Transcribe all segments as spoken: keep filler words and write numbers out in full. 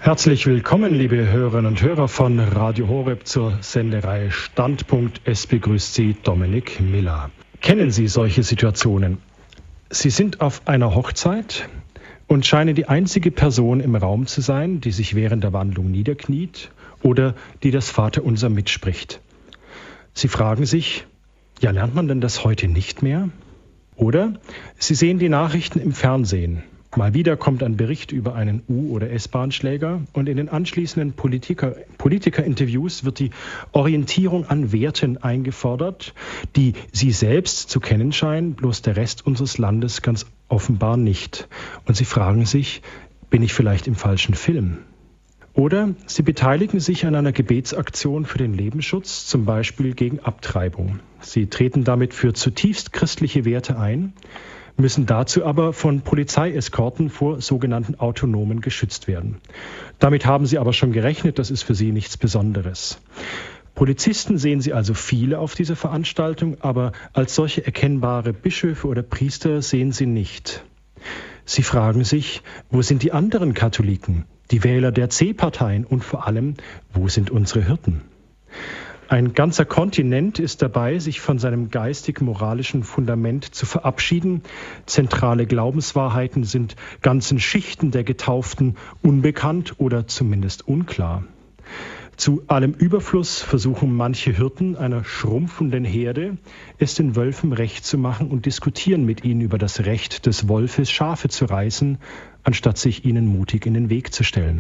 Herzlich willkommen, liebe Hörerinnen und Hörer von Radio Horeb zur Sendereihe Standpunkt. Es begrüßt Sie Dominik Miller. Kennen Sie solche Situationen? Sie sind auf einer Hochzeit und scheinen die einzige Person im Raum zu sein, die sich während der Wandlung niederkniet oder die das Vaterunser mitspricht. Sie fragen sich, ja, lernt man denn das heute nicht mehr? Oder Sie sehen die Nachrichten im Fernsehen. Mal wieder kommt ein Bericht über einen U- oder S-Bahn-Schläger und in den anschließenden Politiker, Politikerinterviews wird die Orientierung an Werten eingefordert, die Sie selbst zu kennen scheinen, bloß der Rest unseres Landes ganz offenbar nicht. Und Sie fragen sich, bin ich vielleicht im falschen Film? Oder Sie beteiligen sich an einer Gebetsaktion für den Lebensschutz, zum Beispiel gegen Abtreibung. Sie treten damit für zutiefst christliche Werte ein, müssen dazu aber von Polizeieskorten vor sogenannten Autonomen geschützt werden. Damit haben Sie aber schon gerechnet, das ist für Sie nichts Besonderes. Polizisten sehen Sie also viele auf dieser Veranstaltung, aber als solche erkennbare Bischöfe oder Priester sehen Sie nicht. Sie fragen sich, wo sind die anderen Katholiken, die Wähler der C-Parteien und vor allem, wo sind unsere Hirten? Ein ganzer Kontinent ist dabei, sich von seinem geistig-moralischen Fundament zu verabschieden. Zentrale Glaubenswahrheiten sind ganzen Schichten der Getauften unbekannt oder zumindest unklar. Zu allem Überfluss versuchen manche Hirten einer schrumpfenden Herde, es den Wölfen recht zu machen und diskutieren mit ihnen über das Recht des Wolfes, Schafe zu reißen, anstatt sich ihnen mutig in den Weg zu stellen.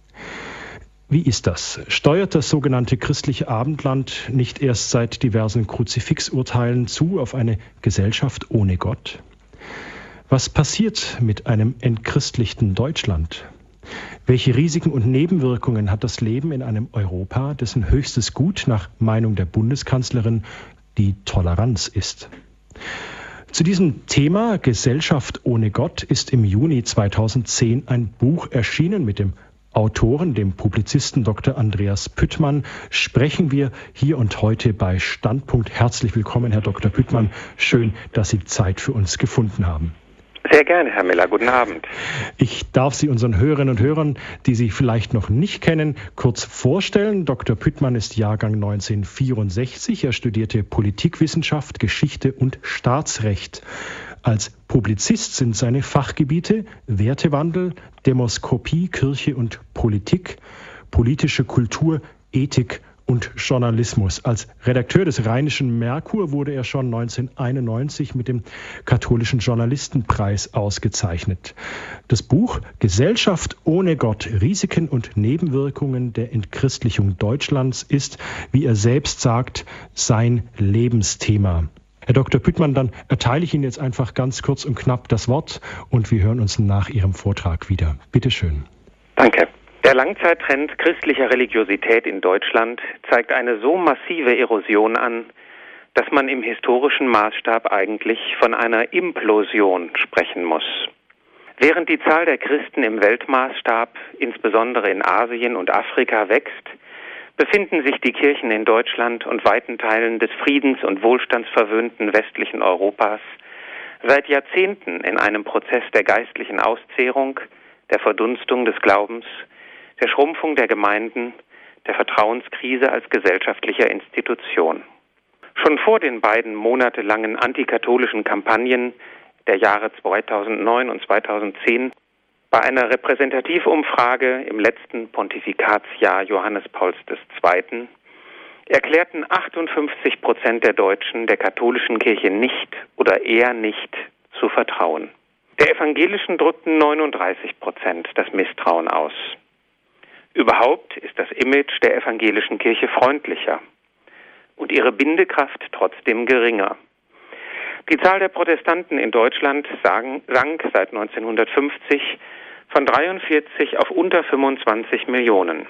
Wie ist das? Steuert das sogenannte christliche Abendland nicht erst seit diversen Kruzifixurteilen zu auf eine Gesellschaft ohne Gott? Was passiert mit einem entchristlichten Deutschland? Welche Risiken und Nebenwirkungen hat das Leben in einem Europa, dessen höchstes Gut nach Meinung der Bundeskanzlerin die Toleranz ist? Zu diesem Thema Gesellschaft ohne Gott ist im Juni zweitausendzehn ein Buch erschienen. Mit dem Autoren, dem Publizisten Doktor Andreas Püttmann, sprechen wir hier und heute bei Standpunkt. Herzlich willkommen, Herr Doktor Püttmann. Schön, dass Sie Zeit für uns gefunden haben. Sehr gerne, Herr Miller. Guten Abend. Ich darf Sie unseren Hörerinnen und Hörern, die Sie vielleicht noch nicht kennen, kurz vorstellen. Doktor Püttmann ist Jahrgang neunzehnhundertvierundsechzig. Er studierte Politikwissenschaft, Geschichte und Staatsrecht. Als Publizist sind seine Fachgebiete Wertewandel, Demoskopie, Kirche und Politik, politische Kultur, Ethik und Journalismus. Als Redakteur des Rheinischen Merkur wurde er schon neunzehnhunderteinundneunzig mit dem Katholischen Journalistenpreis ausgezeichnet. Das Buch Gesellschaft ohne Gott, Risiken und Nebenwirkungen der Entchristlichung Deutschlands ist, wie er selbst sagt, sein Lebensthema. Herr Doktor Püttmann, dann erteile ich Ihnen jetzt einfach ganz kurz und knapp das Wort und wir hören uns nach Ihrem Vortrag wieder. Bitte schön. Danke. Der Langzeittrend christlicher Religiosität in Deutschland zeigt eine so massive Erosion an, dass man im historischen Maßstab eigentlich von einer Implosion sprechen muss. Während die Zahl der Christen im Weltmaßstab, insbesondere in Asien und Afrika, wächst, befinden sich die Kirchen in Deutschland und weiten Teilen des friedens- und wohlstandsverwöhnten westlichen Europas seit Jahrzehnten in einem Prozess der geistlichen Auszehrung, der Verdunstung des Glaubens, der Schrumpfung der Gemeinden, der Vertrauenskrise als gesellschaftlicher Institution. Schon vor den beiden monatelangen antikatholischen Kampagnen der Jahre zweitausendneun und zweitausendzehn bei einer Repräsentativumfrage im letzten Pontifikatsjahr Johannes Pauls der Zweiten erklärten achtundfünfzig Prozent der Deutschen der katholischen Kirche nicht oder eher nicht zu vertrauen. Der evangelischen drückten neununddreißig Prozent das Misstrauen aus. Überhaupt ist das Image der evangelischen Kirche freundlicher und ihre Bindekraft trotzdem geringer. Die Zahl der Protestanten in Deutschland sank seit neunzehnhundertfünfzig von dreiundvierzig auf unter fünfundzwanzig Millionen.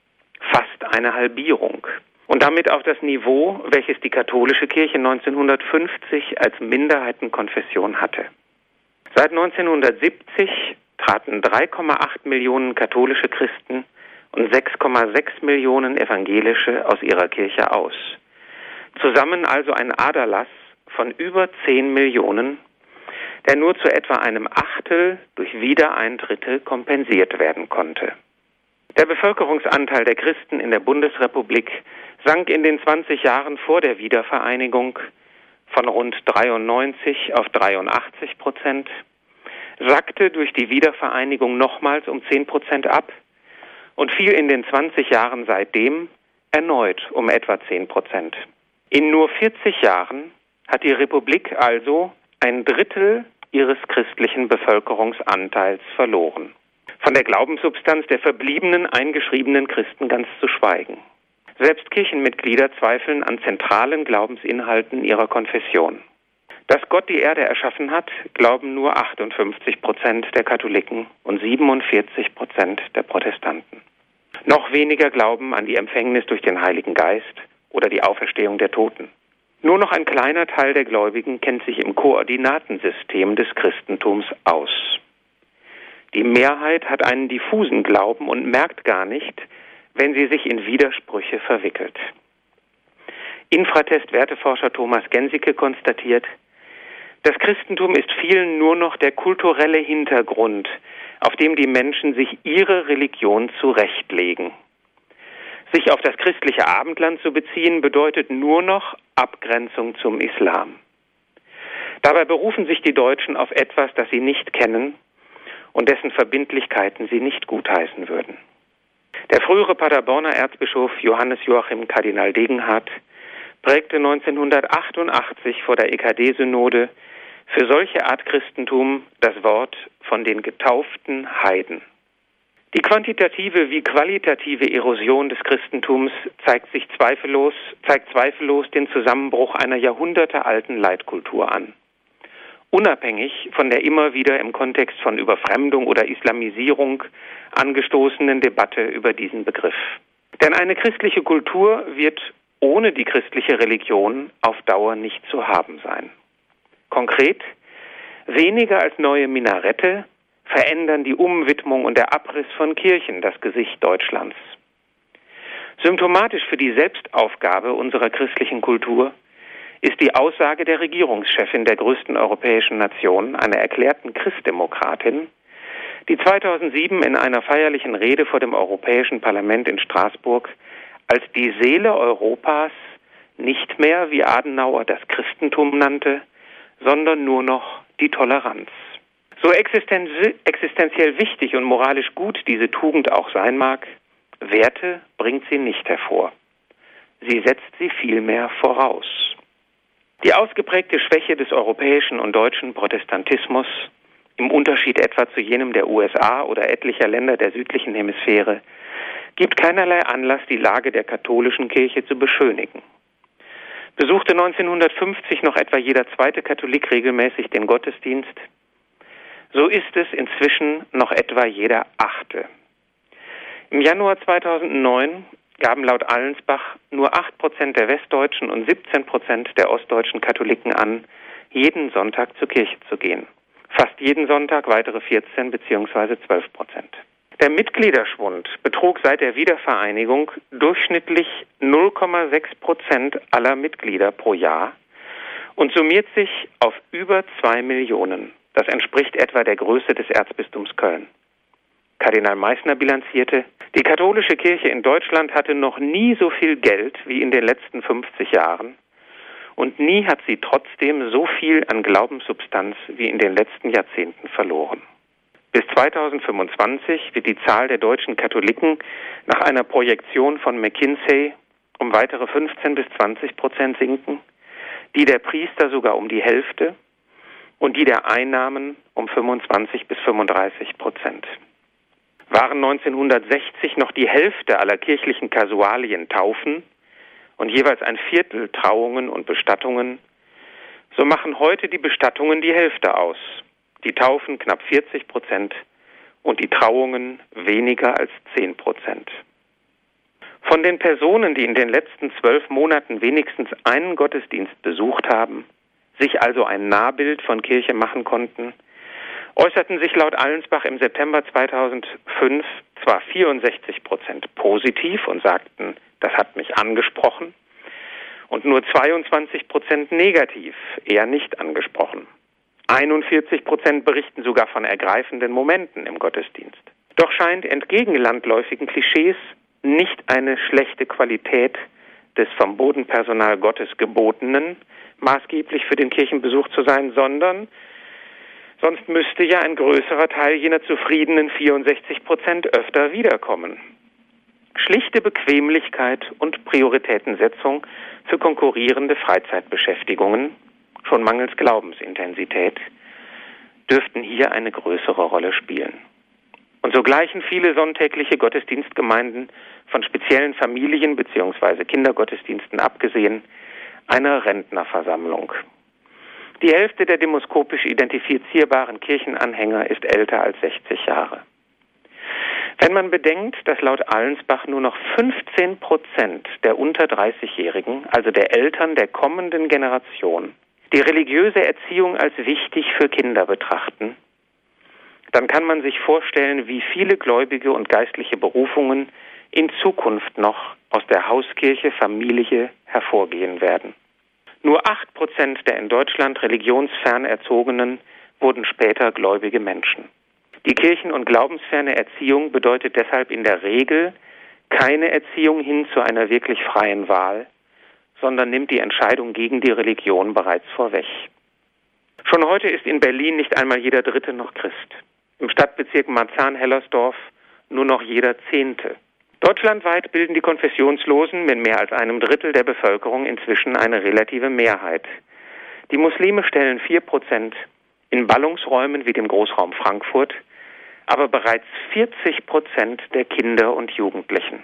Fast eine Halbierung. Und damit auf das Niveau, welches die katholische Kirche neunzehnhundertfünfzig als Minderheitenkonfession hatte. Seit neunzehnhundertsiebzig traten drei Komma acht Millionen katholische Christen und sechs Komma sechs Millionen evangelische aus ihrer Kirche aus. Zusammen also ein Aderlass von über zehn Millionen, der nur zu etwa einem Achtel durch Wiedereintritte kompensiert werden konnte. Der Bevölkerungsanteil der Christen in der Bundesrepublik sank in den zwanzig Jahren vor der Wiedervereinigung von rund dreiundneunzig auf dreiundachtzig Prozent, sackte durch die Wiedervereinigung nochmals um zehn Prozent ab und fiel in den zwanzig Jahren seitdem erneut um etwa zehn Prozent. In nur vierzig Jahren hat die Republik also ein Drittel ihres christlichen Bevölkerungsanteils verloren. Von der Glaubenssubstanz der verbliebenen eingeschriebenen Christen ganz zu schweigen. Selbst Kirchenmitglieder zweifeln an zentralen Glaubensinhalten ihrer Konfession. Dass Gott die Erde erschaffen hat, glauben nur achtundfünfzig Prozent der Katholiken und siebenundvierzig Prozent der Protestanten. Noch weniger glauben an die Empfängnis durch den Heiligen Geist oder die Auferstehung der Toten. Nur noch ein kleiner Teil der Gläubigen kennt sich im Koordinatensystem des Christentums aus. Die Mehrheit hat einen diffusen Glauben und merkt gar nicht, wenn sie sich in Widersprüche verwickelt. Infratest-Werteforscher Thomas Gensicke konstatiert, das Christentum ist vielen nur noch der kulturelle Hintergrund, auf dem die Menschen sich ihre Religion zurechtlegen. Sich auf das christliche Abendland zu beziehen, bedeutet nur noch Abgrenzung zum Islam. Dabei berufen sich die Deutschen auf etwas, das sie nicht kennen und dessen Verbindlichkeiten sie nicht gutheißen würden. Der frühere Paderborner Erzbischof Johannes Joachim Kardinal Degenhardt prägte neunzehnhundertachtundachtzig vor der E K D-Synode für solche Art Christentum das Wort von den getauften Heiden. Die quantitative wie qualitative Erosion des Christentums zeigt sich zweifellos, zeigt zweifellos den Zusammenbruch einer jahrhundertealten Leitkultur an. Unabhängig von der immer wieder im Kontext von Überfremdung oder Islamisierung angestoßenen Debatte über diesen Begriff. Denn eine christliche Kultur wird ohne die christliche Religion auf Dauer nicht zu haben sein. Konkret, weniger als neue Minarette verändern die Umwidmung und der Abriss von Kirchen das Gesicht Deutschlands. Symptomatisch für die Selbstaufgabe unserer christlichen Kultur ist die Aussage der Regierungschefin der größten europäischen Nation, einer erklärten Christdemokratin, die zweitausendsieben in einer feierlichen Rede vor dem Europäischen Parlament in Straßburg als die Seele Europas nicht mehr, wie Adenauer das Christentum nannte, sondern nur noch die Toleranz. So existenziell wichtig und moralisch gut diese Tugend auch sein mag, Werte bringt sie nicht hervor. Sie setzt sie vielmehr voraus. Die ausgeprägte Schwäche des europäischen und deutschen Protestantismus, im Unterschied etwa zu jenem der U S A oder etlicher Länder der südlichen Hemisphäre, gibt keinerlei Anlass, die Lage der katholischen Kirche zu beschönigen. Besuchte neunzehnhundertfünfzig noch etwa jeder zweite Katholik regelmäßig den Gottesdienst, so ist es inzwischen noch etwa jeder achte. Im Januar zweitausendneun gaben laut Allensbach nur acht Prozent der westdeutschen und siebzehn Prozent der ostdeutschen Katholiken an, jeden Sonntag zur Kirche zu gehen. Fast jeden Sonntag weitere vierzehn bzw. zwölf Prozent. Der Mitgliederschwund betrug seit der Wiedervereinigung durchschnittlich null Komma sechs Prozent aller Mitglieder pro Jahr und summiert sich auf über zwei Millionen. Das entspricht etwa der Größe des Erzbistums Köln. Kardinal Meissner bilanzierte, die katholische Kirche in Deutschland hatte noch nie so viel Geld wie in den letzten fünfzig Jahren und nie hat sie trotzdem so viel an Glaubenssubstanz wie in den letzten Jahrzehnten verloren. Bis zweitausendfünfundzwanzig wird die Zahl der deutschen Katholiken nach einer Projektion von McKinsey um weitere fünfzehn bis zwanzig Prozent sinken, die der Priester sogar um die Hälfte und die der Einnahmen um fünfundzwanzig bis fünfunddreißig Prozent. Waren neunzehnhundertsechzig noch die Hälfte aller kirchlichen Kasualien Taufen und jeweils ein Viertel Trauungen und Bestattungen, so machen heute die Bestattungen die Hälfte aus, die Taufen knapp vierzig Prozent und die Trauungen weniger als zehn Prozent. Von den Personen, die in den letzten zwölf Monaten wenigstens einen Gottesdienst besucht haben, sich also ein Nahbild von Kirche machen konnten, äußerten sich laut Allensbach im September zweitausendfünf zwar vierundsechzig Prozent positiv und sagten, das hat mich angesprochen, und nur zweiundzwanzig Prozent negativ, eher nicht angesprochen. einundvierzig Prozent berichten sogar von ergreifenden Momenten im Gottesdienst. Doch scheint entgegen landläufigen Klischees nicht eine schlechte Qualität des vom Bodenpersonal Gottes Gebotenen maßgeblich für den Kirchenbesuch zu sein, sondern sonst müsste ja ein größerer Teil jener zufriedenen vierundsechzig Prozent öfter wiederkommen. Schlichte Bequemlichkeit und Prioritätensetzung für konkurrierende Freizeitbeschäftigungen, schon mangels Glaubensintensität, dürften hier eine größere Rolle spielen. Und so gleichen viele sonntägliche Gottesdienstgemeinden, von speziellen Familien- bzw. Kindergottesdiensten abgesehen, einer Rentnerversammlung. Die Hälfte der demoskopisch identifizierbaren Kirchenanhänger ist älter als sechzig Jahre. Wenn man bedenkt, dass laut Allensbach nur noch fünfzehn Prozent der unter dreißigjährigen, also der Eltern der kommenden Generation, die religiöse Erziehung als wichtig für Kinder betrachten, dann kann man sich vorstellen, wie viele gläubige und geistliche Berufungen in Zukunft noch aus der Hauskirche Familie hervorgehen werden. Nur acht Prozent der in Deutschland religionsfern Erzogenen wurden später gläubige Menschen. Die kirchen- und glaubensferne Erziehung bedeutet deshalb in der Regel keine Erziehung hin zu einer wirklich freien Wahl, sondern nimmt die Entscheidung gegen die Religion bereits vorweg. Schon heute ist in Berlin nicht einmal jeder Dritte noch Christ. Im Stadtbezirk Marzahn-Hellersdorf nur noch jeder Zehnte. Deutschlandweit bilden die Konfessionslosen mit mehr als einem Drittel der Bevölkerung inzwischen eine relative Mehrheit. Die Muslime stellen vier Prozent, in Ballungsräumen wie dem Großraum Frankfurt, aber bereits vierzig Prozent der Kinder und Jugendlichen.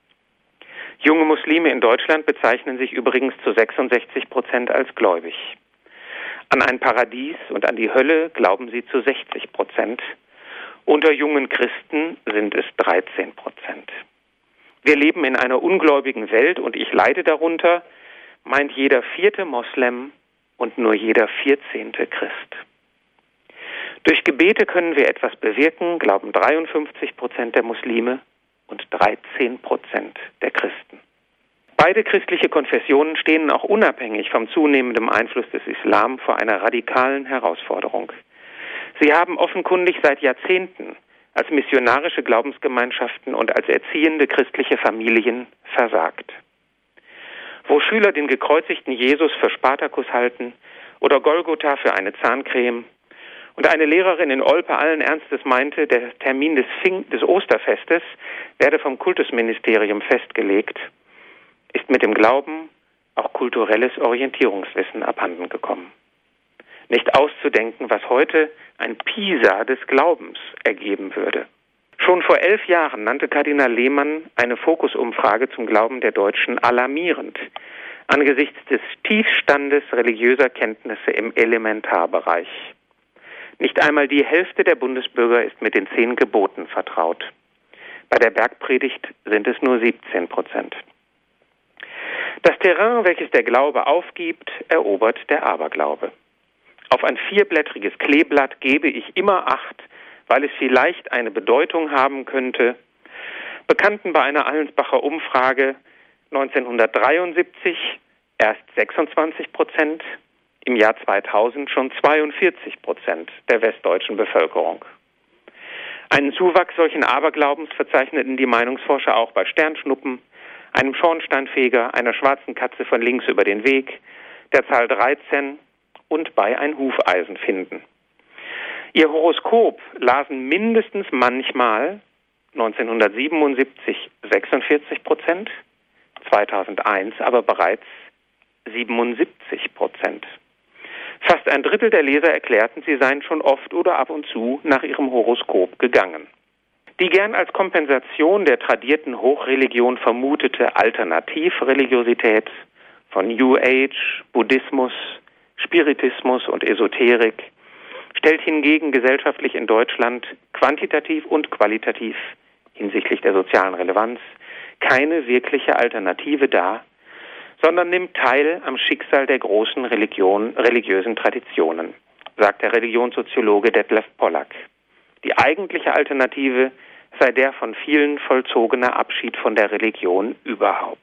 Junge Muslime in Deutschland bezeichnen sich übrigens zu sechsundsechzig Prozent als gläubig. An ein Paradies und an die Hölle glauben sie zu sechzig Prozent. Unter jungen Christen sind es dreizehn Prozent. Wir leben in einer ungläubigen Welt und ich leide darunter, meint jeder vierte Moslem und nur jeder vierzehnte Christ. Durch Gebete können wir etwas bewirken, glauben dreiundfünfzig Prozent der Muslime und dreizehn Prozent der Christen. Beide christliche Konfessionen stehen auch unabhängig vom zunehmenden Einfluss des Islam vor einer radikalen Herausforderung. Sie haben offenkundig seit Jahrzehnten als missionarische Glaubensgemeinschaften und als erziehende christliche Familien versagt. Wo Schüler den gekreuzigten Jesus für Spartakus halten oder Golgotha für eine Zahncreme und eine Lehrerin in Olpe allen Ernstes meinte, der Termin des, Fing- des Osterfestes werde vom Kultusministerium festgelegt, ist mit dem Glauben auch kulturelles Orientierungswissen abhanden gekommen. Nicht auszudenken, was heute ein Pisa des Glaubens ergeben würde. Schon vor elf Jahren nannte Kardinal Lehmann eine Fokusumfrage zum Glauben der Deutschen alarmierend, angesichts des Tiefstandes religiöser Kenntnisse im Elementarbereich. Nicht einmal die Hälfte der Bundesbürger ist mit den zehn Geboten vertraut. Bei der Bergpredigt sind es nur siebzehn Prozent. Das Terrain, welches der Glaube aufgibt, erobert der Aberglaube. Auf ein vierblättriges Kleeblatt gebe ich immer Acht, weil es vielleicht eine Bedeutung haben könnte, bekannten bei einer Allensbacher Umfrage neunzehnhundertdreiundsiebzig erst sechsundzwanzig Prozent, im Jahr zweitausend schon zweiundvierzig Prozent der westdeutschen Bevölkerung. Einen Zuwachs solchen Aberglaubens verzeichneten die Meinungsforscher auch bei Sternschnuppen, einem Schornsteinfeger, einer schwarzen Katze von links über den Weg, der Zahl dreizehn und bei ein Hufeisen finden. Ihr Horoskop lasen mindestens manchmal neunzehnhundertsiebenundsiebzig sechsundvierzig Prozent, zweitausendeins aber bereits siebenundsiebzig Prozent. Fast ein Drittel der Leser erklärten, sie seien schon oft oder ab und zu nach ihrem Horoskop gegangen. Die gern als Kompensation der tradierten Hochreligion vermutete Alternativreligiosität von New Age, Buddhismus, Spiritismus und Esoterik stellt hingegen gesellschaftlich in Deutschland quantitativ und qualitativ hinsichtlich der sozialen Relevanz keine wirkliche Alternative dar, sondern nimmt teil am Schicksal der großen Religion, religiösen Traditionen, sagt der Religionssoziologe Detlef Pollack. Die eigentliche Alternative sei der von vielen vollzogene Abschied von der Religion überhaupt.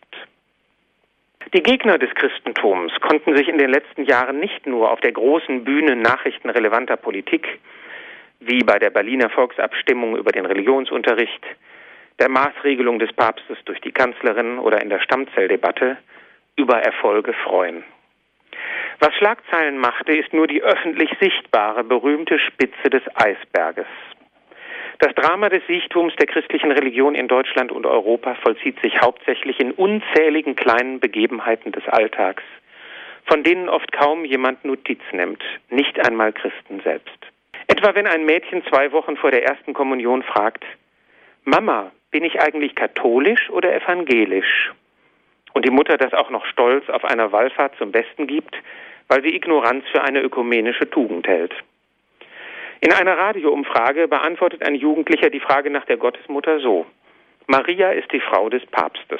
Die Gegner des Christentums konnten sich in den letzten Jahren nicht nur auf der großen Bühne nachrichtenrelevanter Politik, wie bei der Berliner Volksabstimmung über den Religionsunterricht, der Maßregelung des Papstes durch die Kanzlerin oder in der Stammzelldebatte, über Erfolge freuen. Was Schlagzeilen machte, ist nur die öffentlich sichtbare, berühmte Spitze des Eisberges. Das Drama des Siechtums der christlichen Religion in Deutschland und Europa vollzieht sich hauptsächlich in unzähligen kleinen Begebenheiten des Alltags, von denen oft kaum jemand Notiz nimmt, nicht einmal Christen selbst. Etwa wenn ein Mädchen zwei Wochen vor der ersten Kommunion fragt: Mama, bin ich eigentlich katholisch oder evangelisch? Und die Mutter das auch noch stolz auf einer Wallfahrt zum Besten gibt, weil sie Ignoranz für eine ökumenische Tugend hält. In einer Radioumfrage beantwortet ein Jugendlicher die Frage nach der Gottesmutter so: Maria ist die Frau des Papstes.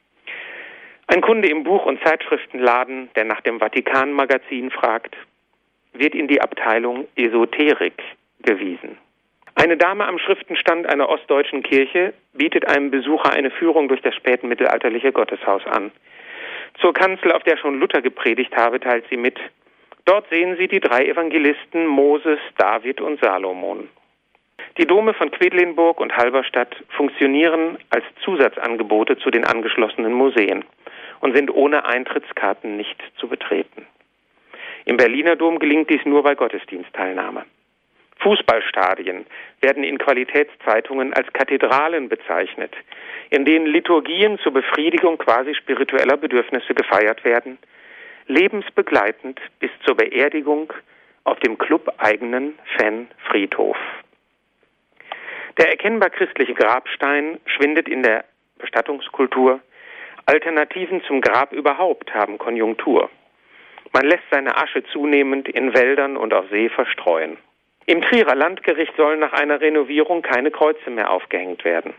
Ein Kunde im Buch- und Zeitschriftenladen, der nach dem Vatikan-Magazin fragt, wird in die Abteilung Esoterik gewiesen. Eine Dame am Schriftenstand einer ostdeutschen Kirche bietet einem Besucher eine Führung durch das spätmittelalterliche Gotteshaus an. Zur Kanzel, auf der schon Luther gepredigt habe, teilt sie mit: Dort sehen Sie die drei Evangelisten Moses, David und Salomon. Die Dome von Quedlinburg und Halberstadt funktionieren als Zusatzangebote zu den angeschlossenen Museen und sind ohne Eintrittskarten nicht zu betreten. Im Berliner Dom gelingt dies nur bei Gottesdienstteilnahme. Fußballstadien werden in Qualitätszeitungen als Kathedralen bezeichnet, in denen Liturgien zur Befriedigung quasi spiritueller Bedürfnisse gefeiert werden, lebensbegleitend bis zur Beerdigung auf dem clubeigenen Fanfriedhof. Der erkennbar christliche Grabstein schwindet in der Bestattungskultur. Alternativen zum Grab überhaupt haben Konjunktur. Man lässt seine Asche zunehmend in Wäldern und auf See verstreuen. Im Trierer Landgericht sollen nach einer Renovierung keine Kreuze mehr aufgehängt werden.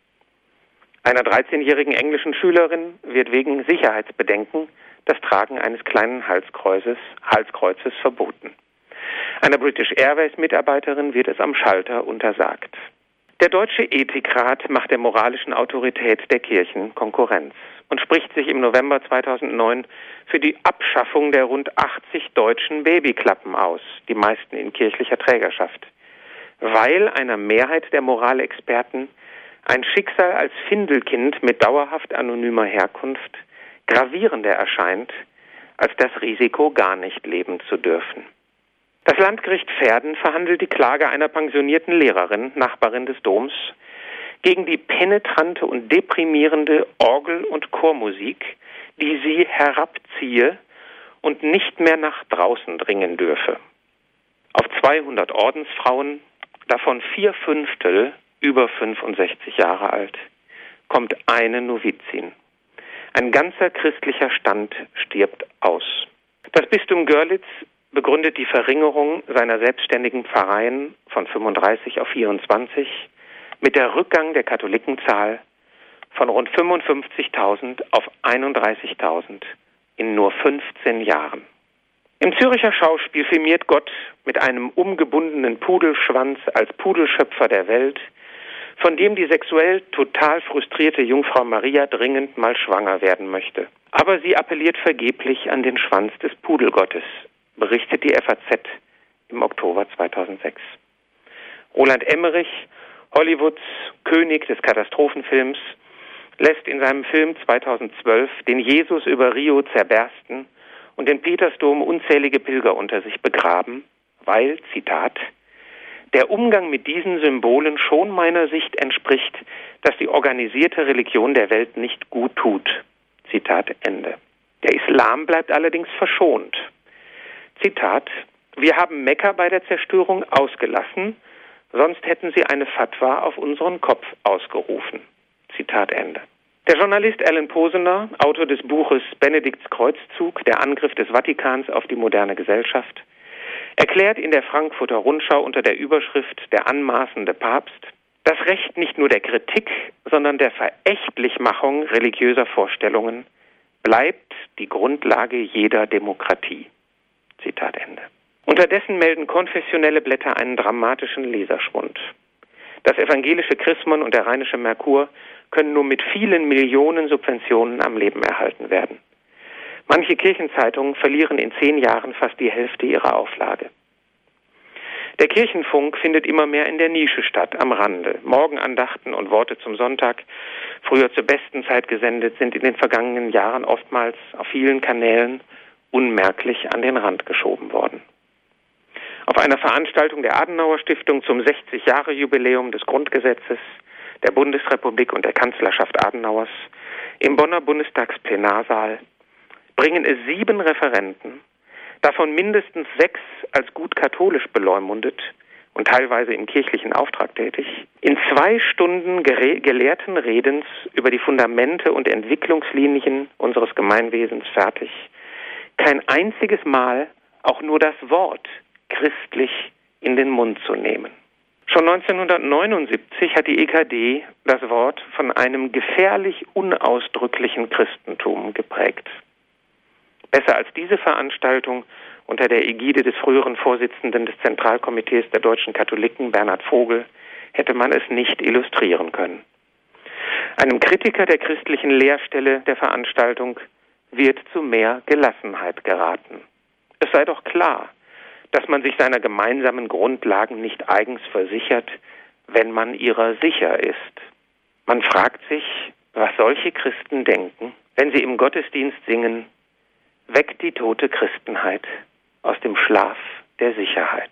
Einer dreizehnjährigen englischen Schülerin wird wegen Sicherheitsbedenken das Tragen eines kleinen Halskreuzes, Halskreuzes verboten. Einer British Airways-Mitarbeiterin wird es am Schalter untersagt. Der Deutsche Ethikrat macht der moralischen Autorität der Kirchen Konkurrenz und spricht sich im November zweitausendneun für die Abschaffung der rund achtzig deutschen Babyklappen aus, die meisten in kirchlicher Trägerschaft, weil einer Mehrheit der Moralexperten ein Schicksal als Findelkind mit dauerhaft anonymer Herkunft gravierender erscheint, als das Risiko, gar nicht leben zu dürfen. Das Landgericht Verden verhandelt die Klage einer pensionierten Lehrerin, Nachbarin des Doms, gegen die penetrante und deprimierende Orgel- und Chormusik, die sie herabziehe und nicht mehr nach draußen dringen dürfe. Auf zweihundert Ordensfrauen, davon vier Fünftel über fünfundsechzig Jahre alt, kommt eine Novizin. Ein ganzer christlicher Stand stirbt aus. Das Bistum Görlitz begründet die Verringerung seiner selbstständigen Pfarreien von fünfunddreißig auf vierundzwanzig mit der Rückgang der Katholikenzahl von rund fünfundfünfzigtausend auf einunddreißigtausend in nur fünfzehn Jahren. Im Zürcher Schauspiel firmiert Gott mit einem umgebundenen Pudelschwanz als Pudelschöpfer der Welt, von dem die sexuell total frustrierte Jungfrau Maria dringend mal schwanger werden möchte. Aber sie appelliert vergeblich an den Schwanz des Pudelgottes, berichtet die F A Z im Oktober zweitausendsechs. Roland Emmerich, Hollywoods König des Katastrophenfilms, lässt in seinem Film zweitausendzwölf den Jesus über Rio zerbersten und den Petersdom unzählige Pilger unter sich begraben, weil, Zitat, der Umgang mit diesen Symbolen schon meiner Sicht entspricht, dass die organisierte Religion der Welt nicht gut tut. Zitat Ende. Der Islam bleibt allerdings verschont. Zitat, wir haben Mekka bei der Zerstörung ausgelassen, sonst hätten sie eine Fatwa auf unseren Kopf ausgerufen. Zitat Ende. Der Journalist Alan Posener, Autor des Buches Benedikts Kreuzzug, der Angriff des Vatikans auf die moderne Gesellschaft, erklärt in der Frankfurter Rundschau unter der Überschrift Der anmaßende Papst, das Recht nicht nur der Kritik, sondern der Verächtlichmachung religiöser Vorstellungen bleibt die Grundlage jeder Demokratie. Zitat Ende. Unterdessen melden konfessionelle Blätter einen dramatischen Leserschwund. Das evangelische Chrismon und der Rheinische Merkur können nur mit vielen Millionen Subventionen am Leben erhalten werden. Manche Kirchenzeitungen verlieren in zehn Jahren fast die Hälfte ihrer Auflage. Der Kirchenfunk findet immer mehr in der Nische statt, am Rande. Morgenandachten und Worte zum Sonntag, früher zur besten Zeit gesendet, sind in den vergangenen Jahren oftmals auf vielen Kanälen unmerklich an den Rand geschoben worden. Auf einer Veranstaltung der Adenauer Stiftung zum sechzig-Jahre-Jubiläum des Grundgesetzes der Bundesrepublik und der Kanzlerschaft Adenauers im Bonner Bundestagsplenarsaal bringen es sieben Referenten, davon mindestens sechs als gut katholisch beleumundet und teilweise im kirchlichen Auftrag tätig, in zwei Stunden gelehrten Redens über die Fundamente und Entwicklungslinien unseres Gemeinwesens fertig, kein einziges Mal auch nur das Wort christlich in den Mund zu nehmen. Schon neunzehnhundertneunundsiebzig hat die E K D das Wort von einem gefährlich unausdrücklichen Christentum geprägt. Besser als diese Veranstaltung unter der Ägide des früheren Vorsitzenden des Zentralkomitees der deutschen Katholiken, Bernhard Vogel, hätte man es nicht illustrieren können. Einem Kritiker der christlichen Lehrstelle der Veranstaltung wird zu mehr Gelassenheit geraten. Es sei doch klar, dass man sich seiner gemeinsamen Grundlagen nicht eigens versichert, wenn man ihrer sicher ist. Man fragt sich, was solche Christen denken, wenn sie im Gottesdienst singen: Weckt die tote Christenheit aus dem Schlaf der Sicherheit.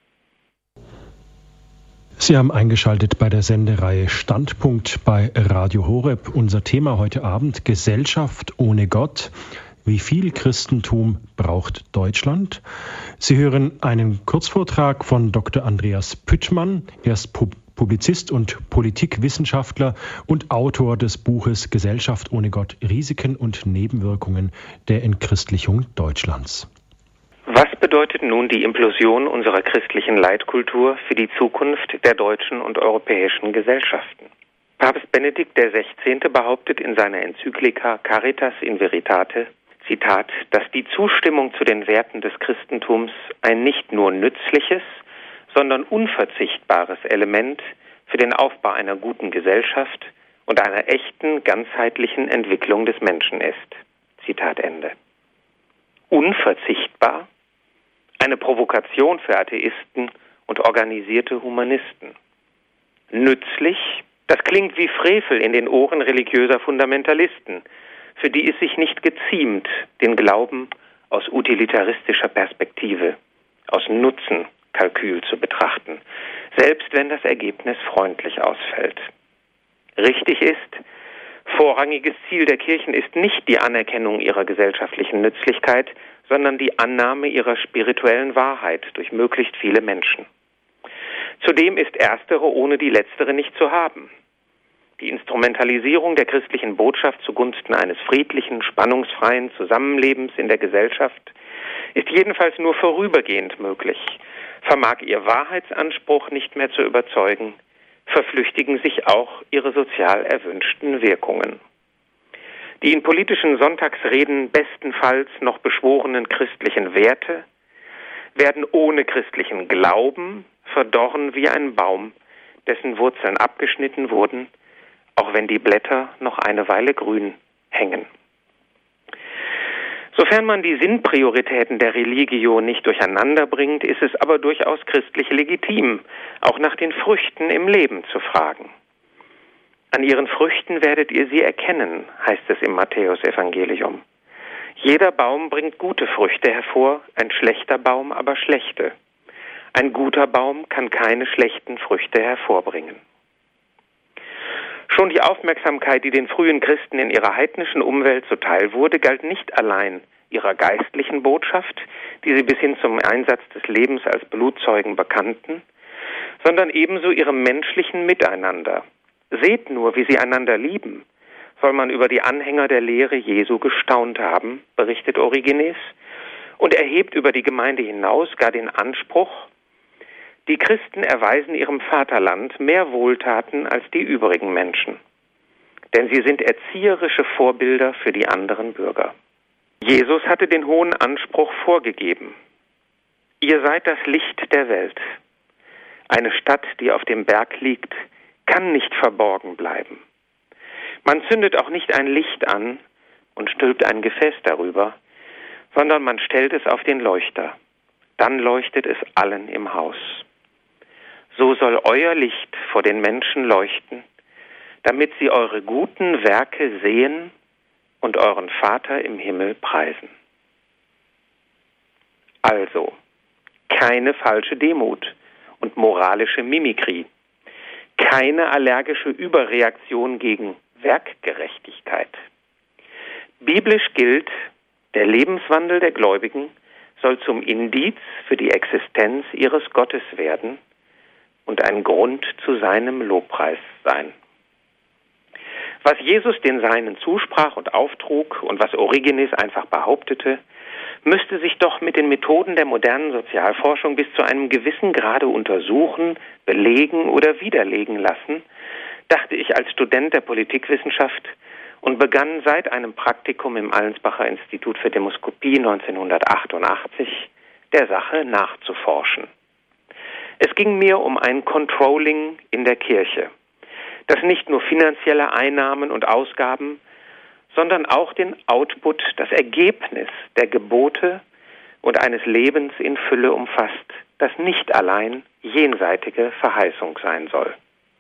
Sie haben eingeschaltet bei der Sendereihe Standpunkt bei Radio Horeb. Unser Thema heute Abend: Gesellschaft ohne Gott. Wie viel Christentum braucht Deutschland? Sie hören einen Kurzvortrag von Doktor Andreas Püttmann. Er ist Publizist und Politikwissenschaftler und Autor des Buches Gesellschaft ohne Gott: Risiken und Nebenwirkungen der Entchristlichung Deutschlands. Was bedeutet nun die Implosion unserer christlichen Leitkultur für die Zukunft der deutschen und europäischen Gesellschaften? Papst Benedikt der Sechzehnte behauptet in seiner Enzyklika Caritas in Veritate, Zitat, dass die Zustimmung zu den Werten des Christentums ein nicht nur nützliches, sondern unverzichtbares Element für den Aufbau einer guten Gesellschaft und einer echten, ganzheitlichen Entwicklung des Menschen ist. Zitat Ende. Unverzichtbar? Eine Provokation für Atheisten und organisierte Humanisten. Nützlich? Das klingt wie Frevel in den Ohren religiöser Fundamentalisten, für die es sich nicht geziemt, den Glauben aus utilitaristischer Perspektive, aus Nutzenkalkül zu betrachten, selbst wenn das Ergebnis freundlich ausfällt. Richtig ist, vorrangiges Ziel der Kirchen ist nicht die Anerkennung ihrer gesellschaftlichen Nützlichkeit, sondern die Annahme ihrer spirituellen Wahrheit durch möglichst viele Menschen. Zudem ist erstere ohne die letztere nicht zu haben. Die Instrumentalisierung der christlichen Botschaft zugunsten eines friedlichen, spannungsfreien Zusammenlebens in der Gesellschaft ist jedenfalls nur vorübergehend möglich. Vermag ihr Wahrheitsanspruch nicht mehr zu überzeugen, verflüchtigen sich auch ihre sozial erwünschten Wirkungen. Die in politischen Sonntagsreden bestenfalls noch beschworenen christlichen Werte werden ohne christlichen Glauben verdorren wie ein Baum, dessen Wurzeln abgeschnitten wurden, auch wenn die Blätter noch eine Weile grün hängen. Sofern man die Sinnprioritäten der Religio nicht durcheinander bringt, ist es aber durchaus christlich legitim, auch nach den Früchten im Leben zu fragen. An ihren Früchten werdet ihr sie erkennen, heißt es im Matthäusevangelium. Jeder Baum bringt gute Früchte hervor, ein schlechter Baum aber schlechte. Ein guter Baum kann keine schlechten Früchte hervorbringen. Schon die Aufmerksamkeit, die den frühen Christen in ihrer heidnischen Umwelt zuteil wurde, galt nicht allein ihrer geistlichen Botschaft, die sie bis hin zum Einsatz des Lebens als Blutzeugen bekannten, sondern ebenso ihrem menschlichen Miteinander. Seht nur, wie sie einander lieben, soll man über die Anhänger der Lehre Jesu gestaunt haben, berichtet Origenes, und erhebt über die Gemeinde hinaus gar den Anspruch, die Christen erweisen ihrem Vaterland mehr Wohltaten als die übrigen Menschen, denn sie sind erzieherische Vorbilder für die anderen Bürger. Jesus hatte den hohen Anspruch vorgegeben: Ihr seid das Licht der Welt. Eine Stadt, die auf dem Berg liegt, kann nicht verborgen bleiben. Man zündet auch nicht ein Licht an und stülpt ein Gefäß darüber, sondern man stellt es auf den Leuchter. Dann leuchtet es allen im Haus. so soll euer Licht vor den Menschen leuchten, damit sie eure guten Werke sehen und euren Vater im Himmel preisen. Also, keine falsche Demut und moralische Mimikrie, keine allergische Überreaktion gegen Werkgerechtigkeit. Biblisch gilt, der Lebenswandel der Gläubigen soll zum Indiz für die Existenz ihres Gottes werden und ein Grund zu seinem Lobpreis sein. Was Jesus den Seinen zusprach und auftrug und was Origenes einfach behauptete, müsste sich doch mit den Methoden der modernen Sozialforschung bis zu einem gewissen Grade untersuchen, belegen oder widerlegen lassen, dachte ich als Student der Politikwissenschaft und begann seit einem Praktikum im Allensbacher Institut für Demoskopie neunzehnhundertachtundachtzig der Sache nachzuforschen. Es ging mir um ein Controlling in der Kirche, das nicht nur finanzielle Einnahmen und Ausgaben, sondern auch den Output, das Ergebnis der Gebote und eines Lebens in Fülle umfasst, das nicht allein jenseitige Verheißung sein soll.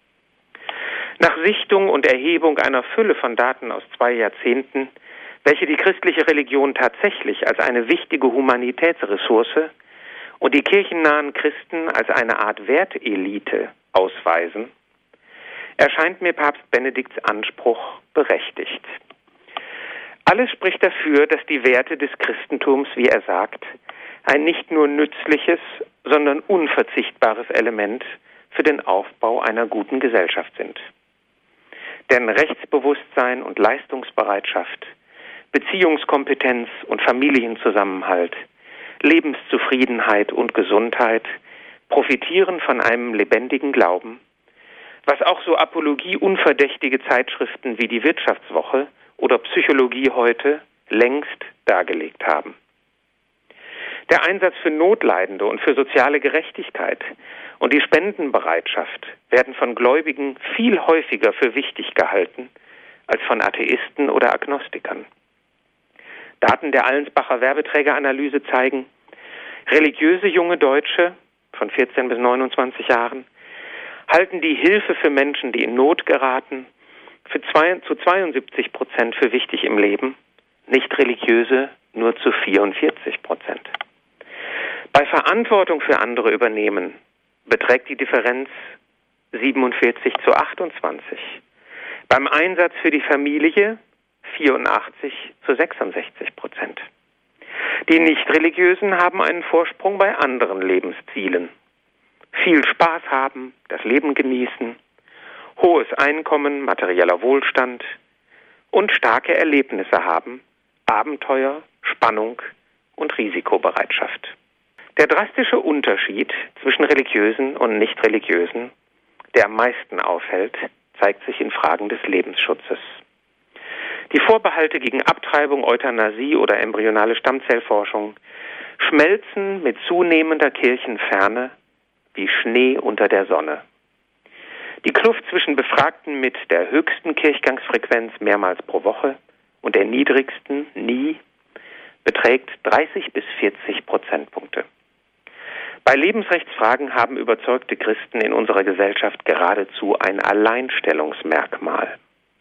Nach Sichtung und Erhebung einer Fülle von Daten aus zwei Jahrzehnten, welche die christliche Religion tatsächlich als eine wichtige Humanitätsressource und die kirchennahen Christen als eine Art Wertelite ausweisen, erscheint mir Papst Benedikts Anspruch berechtigt. Alles spricht dafür, dass die Werte des Christentums, wie er sagt, ein nicht nur nützliches, sondern unverzichtbares Element für den Aufbau einer guten Gesellschaft sind. Denn Rechtsbewusstsein und Leistungsbereitschaft, Beziehungskompetenz und Familienzusammenhalt, Lebenszufriedenheit und Gesundheit profitieren von einem lebendigen Glauben, was auch so apologieunverdächtige Zeitschriften wie die Wirtschaftswoche oder Psychologie heute längst dargelegt haben. Der Einsatz für Notleidende und für soziale Gerechtigkeit und die Spendenbereitschaft werden von Gläubigen viel häufiger für wichtig gehalten als von Atheisten oder Agnostikern. Daten der Allensbacher Werbeträgeranalyse zeigen, religiöse junge Deutsche von vierzehn bis neunundzwanzig Jahren halten die Hilfe für Menschen, die in Not geraten, für zwei, zu zweiundsiebzig Prozent für wichtig im Leben, nicht religiöse nur zu vierundvierzig Prozent. Bei Verantwortung für andere übernehmen beträgt die Differenz siebenundvierzig zu achtundzwanzig. Beim Einsatz für die Familie vierundachtzig zu sechsundsechzig Prozent. Die Nichtreligiösen haben einen Vorsprung bei anderen Lebenszielen. Viel Spaß haben, das Leben genießen, hohes Einkommen, materieller Wohlstand und starke Erlebnisse haben, Abenteuer, Spannung und Risikobereitschaft. Der drastische Unterschied zwischen Religiösen und Nichtreligiösen, der am meisten auffällt, zeigt sich in Fragen des Lebensschutzes. Die Vorbehalte gegen Abtreibung, Euthanasie oder embryonale Stammzellforschung schmelzen mit zunehmender Kirchenferne wie Schnee unter der Sonne. Die Kluft zwischen Befragten mit der höchsten Kirchgangsfrequenz mehrmals pro Woche und der niedrigsten nie beträgt dreißig bis vierzig Prozentpunkte. Bei Lebensrechtsfragen haben überzeugte Christen in unserer Gesellschaft geradezu ein Alleinstellungsmerkmal.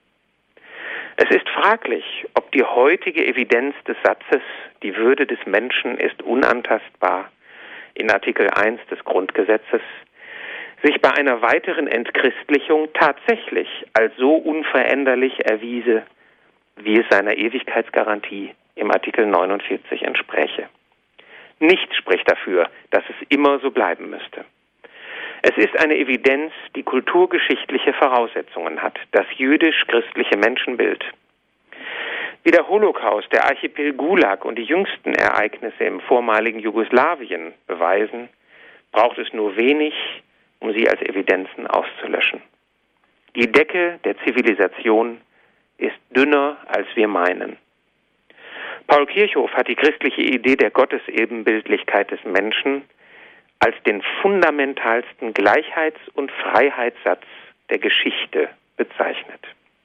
Es ist fraglich, ob die heutige Evidenz des Satzes, die Würde des Menschen ist unantastbar, in Artikel eins des Grundgesetzes, sich bei einer weiteren Entchristlichung tatsächlich als so unveränderlich erwiese, wie es seiner Ewigkeitsgarantie im Artikel neunundvierzig entspräche. Nichts spricht dafür, dass es immer so bleiben müsste. Es ist eine Evidenz, die kulturgeschichtliche Voraussetzungen hat, das jüdisch-christliche Menschenbild. Wie der Holocaust, der Archipel Gulag und die jüngsten Ereignisse im vormaligen Jugoslawien beweisen, braucht es nur wenig, um sie als Evidenzen auszulöschen. Die Decke der Zivilisation ist dünner, als wir meinen. Paul Kirchhoff hat die christliche Idee der Gottesebenbildlichkeit des Menschen als den fundamentalsten Gleichheits- und Freiheitssatz der Geschichte bezeichnet.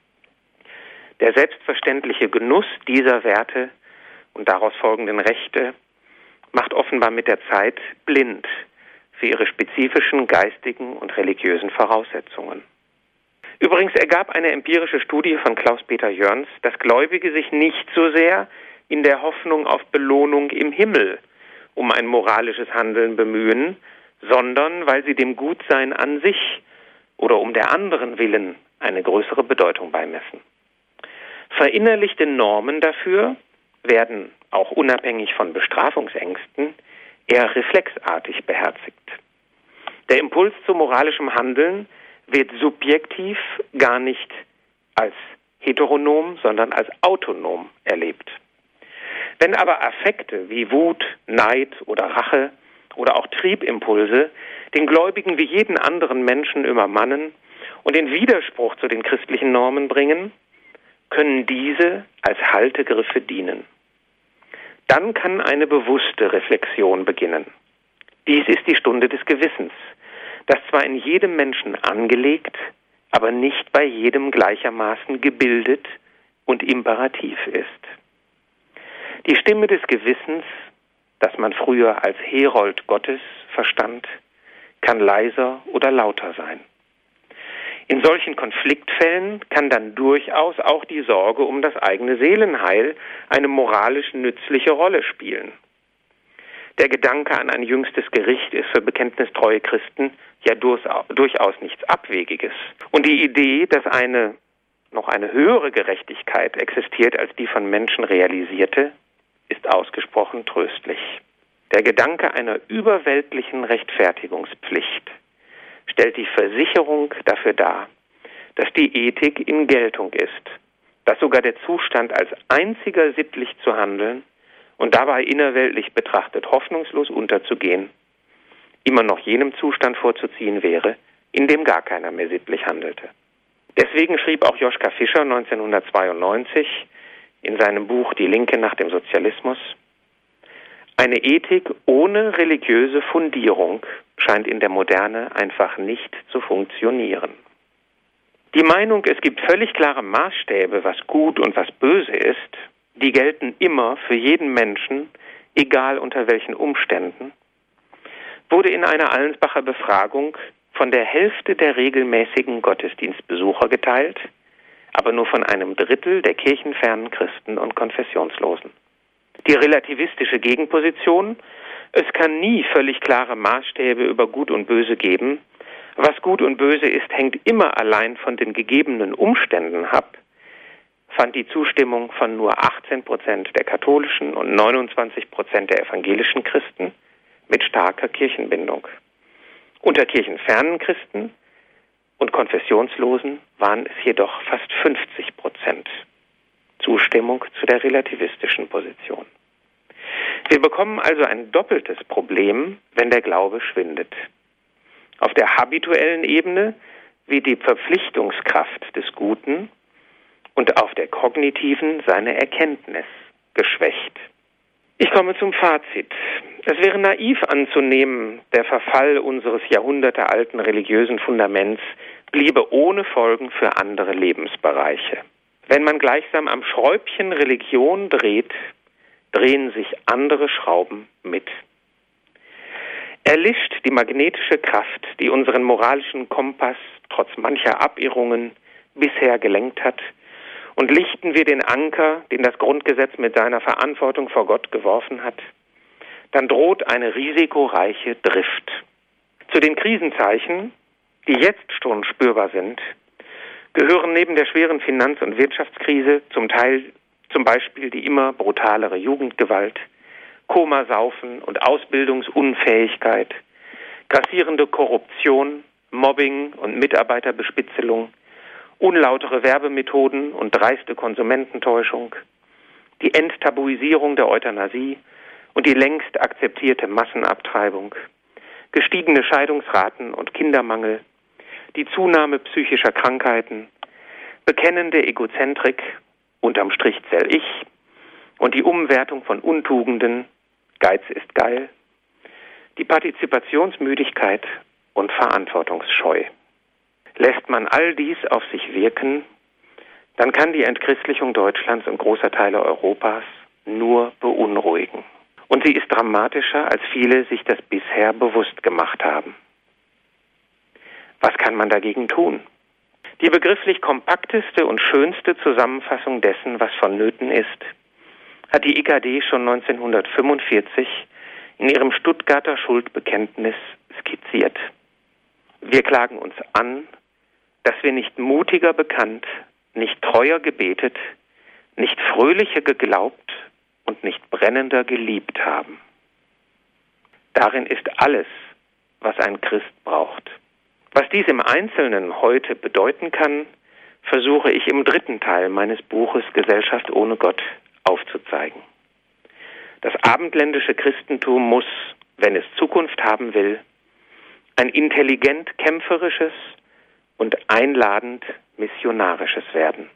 Der selbstverständliche Genuss dieser Werte und daraus folgenden Rechte macht offenbar mit der Zeit blind für ihre spezifischen geistigen und religiösen Voraussetzungen. Übrigens ergab eine empirische Studie von Klaus-Peter Jörns, dass Gläubige sich nicht so sehr in der Hoffnung auf Belohnung im Himmel um ein moralisches Handeln bemühen, sondern weil sie dem Gutsein an sich oder um der anderen willen eine größere Bedeutung beimessen. Verinnerlichte Normen dafür werden, auch unabhängig von Bestrafungsängsten, eher reflexartig beherzigt. Der Impuls zu moralischem Handeln wird subjektiv gar nicht als heteronom, sondern als autonom erlebt. Wenn aber Affekte wie Wut, Neid oder Rache oder auch Triebimpulse den Gläubigen wie jeden anderen Menschen übermannen und in Widerspruch zu den christlichen Normen bringen, können diese als Haltegriffe dienen. Dann kann eine bewusste Reflexion beginnen. Dies ist die Stunde des Gewissens, das zwar in jedem Menschen angelegt, aber nicht bei jedem gleichermaßen gebildet und imperativ ist. Die Stimme des Gewissens, das man früher als Herold Gottes verstand, kann leiser oder lauter sein. In solchen Konfliktfällen kann dann durchaus auch die Sorge um das eigene Seelenheil eine moralisch nützliche Rolle spielen. Der Gedanke an ein jüngstes Gericht ist für bekenntnistreue Christen ja durchaus nichts Abwegiges. Und die Idee, dass eine noch eine höhere Gerechtigkeit existiert als die von Menschen realisierte, ist ausgesprochen tröstlich. Der Gedanke einer überweltlichen Rechtfertigungspflicht stellt die Versicherung dafür dar, dass die Ethik in Geltung ist, dass sogar der Zustand, als einziger sittlich zu handeln und dabei innerweltlich betrachtet hoffnungslos unterzugehen, immer noch jenem Zustand vorzuziehen wäre, in dem gar keiner mehr sittlich handelte. Deswegen schrieb auch Joschka Fischer neunzehnhundertzweiundneunzig in seinem Buch Die Linke nach dem Sozialismus: Eine Ethik ohne religiöse Fundierung scheint in der Moderne einfach nicht zu funktionieren. Die Meinung, es gibt völlig klare Maßstäbe, was gut und was böse ist, die gelten immer für jeden Menschen, egal unter welchen Umständen, wurde in einer Allensbacher Befragung von der Hälfte der regelmäßigen Gottesdienstbesucher geteilt, aber nur von einem Drittel der kirchenfernen Christen und Konfessionslosen. Die relativistische Gegenposition: Es kann nie völlig klare Maßstäbe über Gut und Böse geben. Was gut und böse ist, hängt immer allein von den gegebenen Umständen ab, fand die Zustimmung von nur achtzehn Prozent der katholischen und neunundzwanzig Prozent der evangelischen Christen mit starker Kirchenbindung. Unter kirchenfernen Christen und Konfessionslosen waren es jedoch fast fünfzig Prozent Zustimmung zu der relativistischen Position. Wir bekommen also ein doppeltes Problem, wenn der Glaube schwindet. Auf der habituellen Ebene wie die Verpflichtungskraft des Guten und auf der kognitiven seine Erkenntnis geschwächt. Ich komme zum Fazit. Es wäre naiv anzunehmen, der Verfall unseres jahrhundertealten religiösen Fundaments bliebe ohne Folgen für andere Lebensbereiche. Wenn man gleichsam am Schräubchen Religion dreht, drehen sich andere Schrauben mit. Erlischt die magnetische Kraft, die unseren moralischen Kompass trotz mancher Abirrungen bisher gelenkt hat, und lichten wir den Anker, den das Grundgesetz mit seiner Verantwortung vor Gott geworfen hat, dann droht eine risikoreiche Drift. Zu den Krisenzeichen, die jetzt schon spürbar sind, gehören neben der schweren Finanz- und Wirtschaftskrise zum Teil zum Beispiel die immer brutalere Jugendgewalt, Komasaufen und Ausbildungsunfähigkeit, grassierende Korruption, Mobbing und Mitarbeiterbespitzelung, unlautere Werbemethoden und dreiste Konsumententäuschung, die Enttabuisierung der Euthanasie und die längst akzeptierte Massenabtreibung, gestiegene Scheidungsraten und Kindermangel, die Zunahme psychischer Krankheiten, bekennende Egozentrik, unterm Strich zähl ich, und die Umwertung von Untugenden, Geiz ist geil, die Partizipationsmüdigkeit und Verantwortungsscheu. Lässt man all dies auf sich wirken, dann kann die Entchristlichung Deutschlands und großer Teile Europas nur beunruhigen. Und sie ist dramatischer, als viele sich das bisher bewusst gemacht haben. Was kann man dagegen tun? Die begrifflich kompakteste und schönste Zusammenfassung dessen, was vonnöten ist, hat die I K D schon neunzehnhundertfünfundvierzig in ihrem Stuttgarter Schuldbekenntnis skizziert. Wir klagen uns an, dass wir nicht mutiger bekannt, nicht treuer gebetet, nicht fröhlicher geglaubt und nicht brennender geliebt haben. Darin ist alles, was ein Christ braucht. Was dies im Einzelnen heute bedeuten kann, versuche ich im dritten Teil meines Buches Gesellschaft ohne Gott aufzuzeigen. Das abendländische Christentum muss, wenn es Zukunft haben will, ein intelligent kämpferisches und einladend missionarisches werden.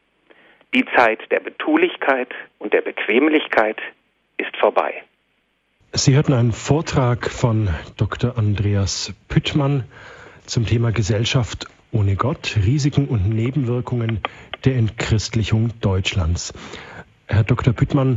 Die Zeit der Betulichkeit und der Bequemlichkeit ist vorbei. Sie hörten einen Vortrag von Doktor Andreas Püttmann zum Thema Gesellschaft ohne Gott, Risiken und Nebenwirkungen der Entchristlichung Deutschlands. Herr Doktor Püttmann,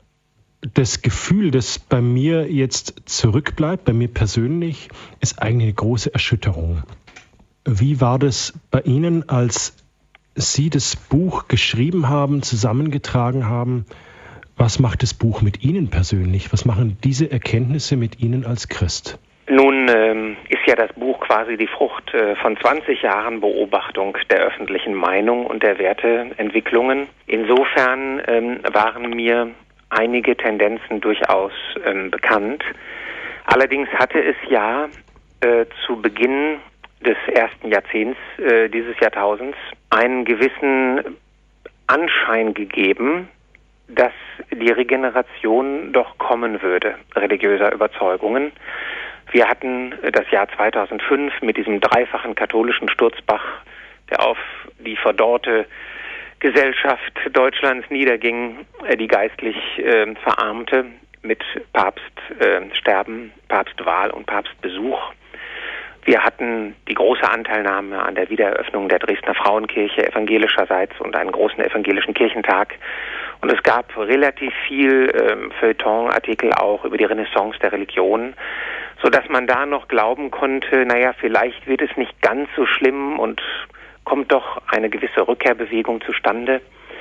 das Gefühl, das bei mir jetzt zurückbleibt, bei mir persönlich, ist eigentlich eine große Erschütterung. Wie war das bei Ihnen, als Sie das Buch geschrieben haben, zusammengetragen haben? Was macht das Buch mit Ihnen persönlich? Was machen diese Erkenntnisse mit Ihnen als Christ? Nun ähm, ist ja das Buch quasi die Frucht äh, von zwanzig Jahren Beobachtung der öffentlichen Meinung und der Werteentwicklungen. Insofern ähm, waren mir einige Tendenzen durchaus ähm, bekannt. Allerdings hatte es ja äh, zu Beginn des ersten Jahrzehnts äh, dieses Jahrtausends einen gewissen Anschein gegeben, dass die Regeneration doch kommen würde, religiöser Überzeugungen. Wir hatten das Jahr zweitausendfünf mit diesem dreifachen katholischen Sturzbach, der auf die verdorrte Gesellschaft Deutschlands niederging, die geistlich äh, verarmte mit Papststerben, äh, Papstwahl und Papstbesuch. Wir hatten die große Anteilnahme an der Wiedereröffnung der Dresdner Frauenkirche evangelischerseits und einen großen evangelischen Kirchentag. Und es gab relativ viel ähm, Feuilleton-Artikel auch über die Renaissance der Religion, sodass man da noch glauben konnte, naja, vielleicht wird es nicht ganz so schlimm und kommt doch eine gewisse Rückkehrbewegung zustande.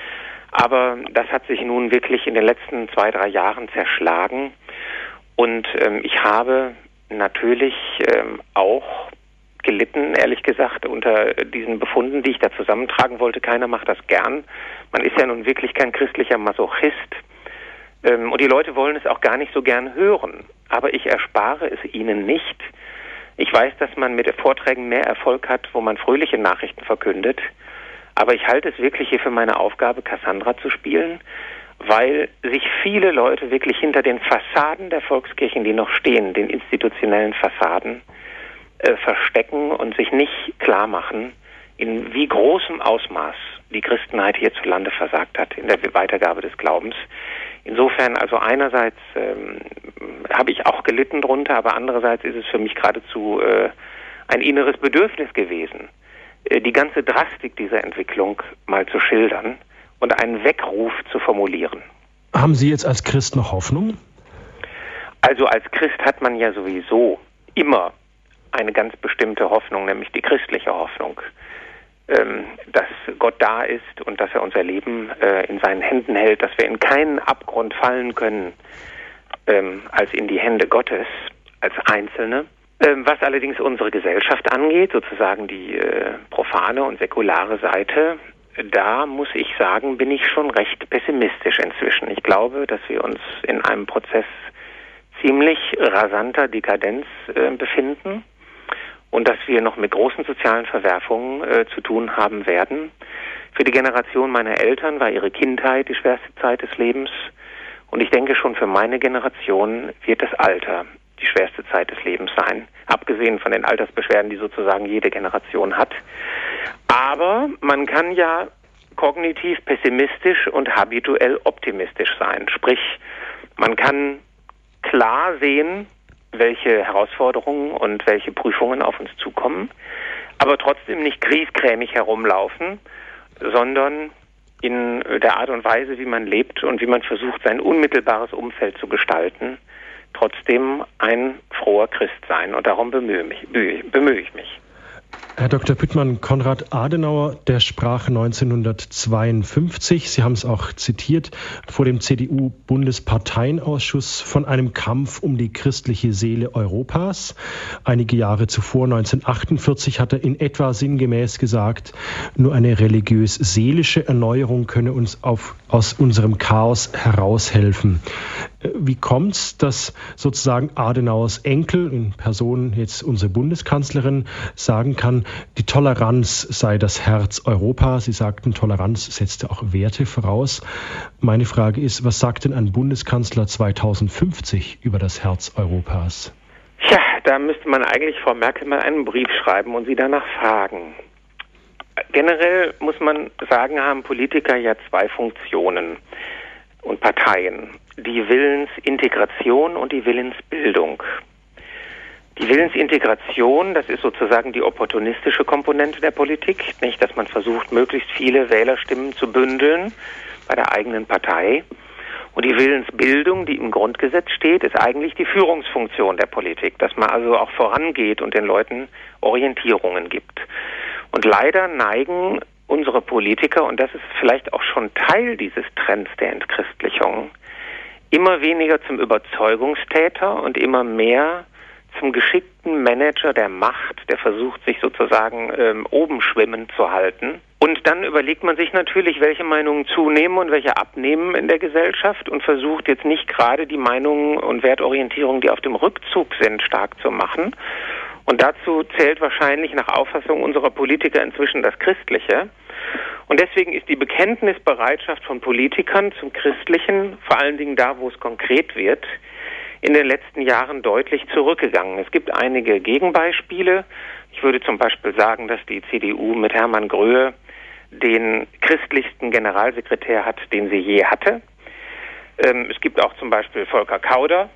Aber das hat sich nun wirklich in den letzten zwei, drei Jahren zerschlagen. Und ähm, ich habe natürlich ähm, auch gelitten, ehrlich gesagt, unter diesen Befunden, die ich da zusammentragen wollte. Keiner macht das gern. Man ist ja nun wirklich kein christlicher Masochist. Ähm, und die Leute wollen es auch gar nicht so gern hören. Aber ich erspare es ihnen nicht. Ich weiß, dass man mit Vorträgen mehr Erfolg hat, wo man fröhliche Nachrichten verkündet. Aber ich halte es wirklich hier für meine Aufgabe, Cassandra zu spielen, weil sich viele Leute wirklich hinter den Fassaden der Volkskirchen, die noch stehen, den institutionellen Fassaden, äh, verstecken und sich nicht klar machen, in wie großem Ausmaß die Christenheit hierzulande versagt hat in der Weitergabe des Glaubens. Insofern, also einerseits ähm, habe ich auch gelitten drunter, aber andererseits ist es für mich geradezu äh, ein inneres Bedürfnis gewesen, äh, die ganze Drastik dieser Entwicklung mal zu schildern und einen Weckruf zu formulieren. Haben Sie jetzt als Christ noch Hoffnung? Also als Christ hat man ja sowieso immer eine ganz bestimmte Hoffnung, nämlich die christliche Hoffnung, ähm, dass Gott da ist und dass er unser Leben äh, in seinen Händen hält, dass wir in keinen Abgrund fallen können ähm, als in die Hände Gottes, als Einzelne. Ähm, was allerdings unsere Gesellschaft angeht, sozusagen die äh, profane und säkulare Seite, da muss ich sagen, bin ich schon recht pessimistisch inzwischen. Ich glaube, dass wir uns in einem Prozess ziemlich rasanter Dekadenz äh, befinden und dass wir noch mit großen sozialen Verwerfungen äh, zu tun haben werden. Für die Generation meiner Eltern war ihre Kindheit die schwerste Zeit des Lebens und ich denke schon für meine Generation wird das Alter die schwerste Zeit des Lebens sein, abgesehen von den Altersbeschwerden, die sozusagen jede Generation hat. Aber man kann ja kognitiv pessimistisch und habituell optimistisch sein. Sprich, man kann klar sehen, welche Herausforderungen und welche Prüfungen auf uns zukommen, aber trotzdem nicht griesgrämig herumlaufen, sondern in der Art und Weise, wie man lebt und wie man versucht, sein unmittelbares Umfeld zu gestalten, trotzdem ein froher Christ sein. Und darum bemühe, mich, bemühe ich mich. Herr Doktor Büttmann, Konrad Adenauer, der sprach neunzehnhundertzweiundfünfzig, Sie haben es auch zitiert, vor dem C D U-Bundesparteienausschuss von einem Kampf um die christliche Seele Europas. Einige Jahre zuvor, neunzehnhundertachtundvierzig, hat er in etwa sinngemäß gesagt, nur eine religiös-seelische Erneuerung könne uns auf, aus unserem Chaos heraushelfen. Wie kommt es, dass sozusagen Adenauers Enkel, in Person jetzt unsere Bundeskanzlerin, sagen kann, die Toleranz sei das Herz Europas? Sie sagten, Toleranz setzt auch Werte voraus. Meine Frage ist, was sagt denn ein Bundeskanzler zweitausendfünfzig über das Herz Europas? Tja, da müsste man eigentlich Frau Merkel mal einen Brief schreiben und sie danach fragen. Generell muss man sagen, haben Politiker ja zwei Funktionen und Parteien. Die Willensintegration und die Willensbildung. Die Willensintegration, das ist sozusagen die opportunistische Komponente der Politik, nicht, dass man versucht, möglichst viele Wählerstimmen zu bündeln bei der eigenen Partei. Und die Willensbildung, die im Grundgesetz steht, ist eigentlich die Führungsfunktion der Politik, dass man also auch vorangeht und den Leuten Orientierungen gibt. Und leider neigen unsere Politiker, und das ist vielleicht auch schon Teil dieses Trends der Entchristlichung, immer weniger zum Überzeugungstäter und immer mehr zum geschickten Manager der Macht, der versucht, sich sozusagen ähm, oben schwimmend zu halten. Und dann überlegt man sich natürlich, welche Meinungen zunehmen und welche abnehmen in der Gesellschaft und versucht jetzt nicht gerade die Meinungen und Wertorientierungen, die auf dem Rückzug sind, stark zu machen. Und dazu zählt wahrscheinlich nach Auffassung unserer Politiker inzwischen das Christliche. Und deswegen ist die Bekenntnisbereitschaft von Politikern zum Christlichen, vor allen Dingen da, wo es konkret wird, in den letzten Jahren deutlich zurückgegangen. Es gibt einige Gegenbeispiele. Ich würde zum Beispiel sagen, dass die C D U mit Hermann Gröhe den christlichsten Generalsekretär hat, den sie je hatte. Ähm, es gibt auch zum Beispiel Volker Kauder,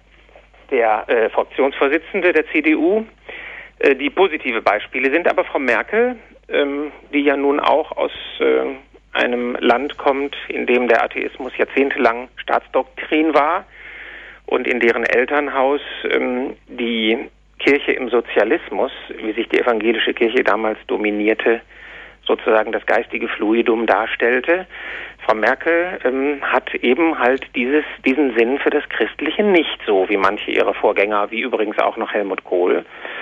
der äh, Fraktionsvorsitzende der C D U, äh, die positive Beispiele sind. Aber Frau Merkel, ähm, die ja nun auch aus äh, einem Land kommt, in dem der Atheismus jahrzehntelang Staatsdoktrin war und in deren Elternhaus ähm, die Kirche im Sozialismus, wie sich die evangelische Kirche damals dominierte, sozusagen das geistige Fluidum darstellte. Frau Merkel ähm, hat eben halt dieses, diesen Sinn für das Christliche nicht so wie manche ihrer Vorgänger, wie übrigens auch noch Helmut Kohl.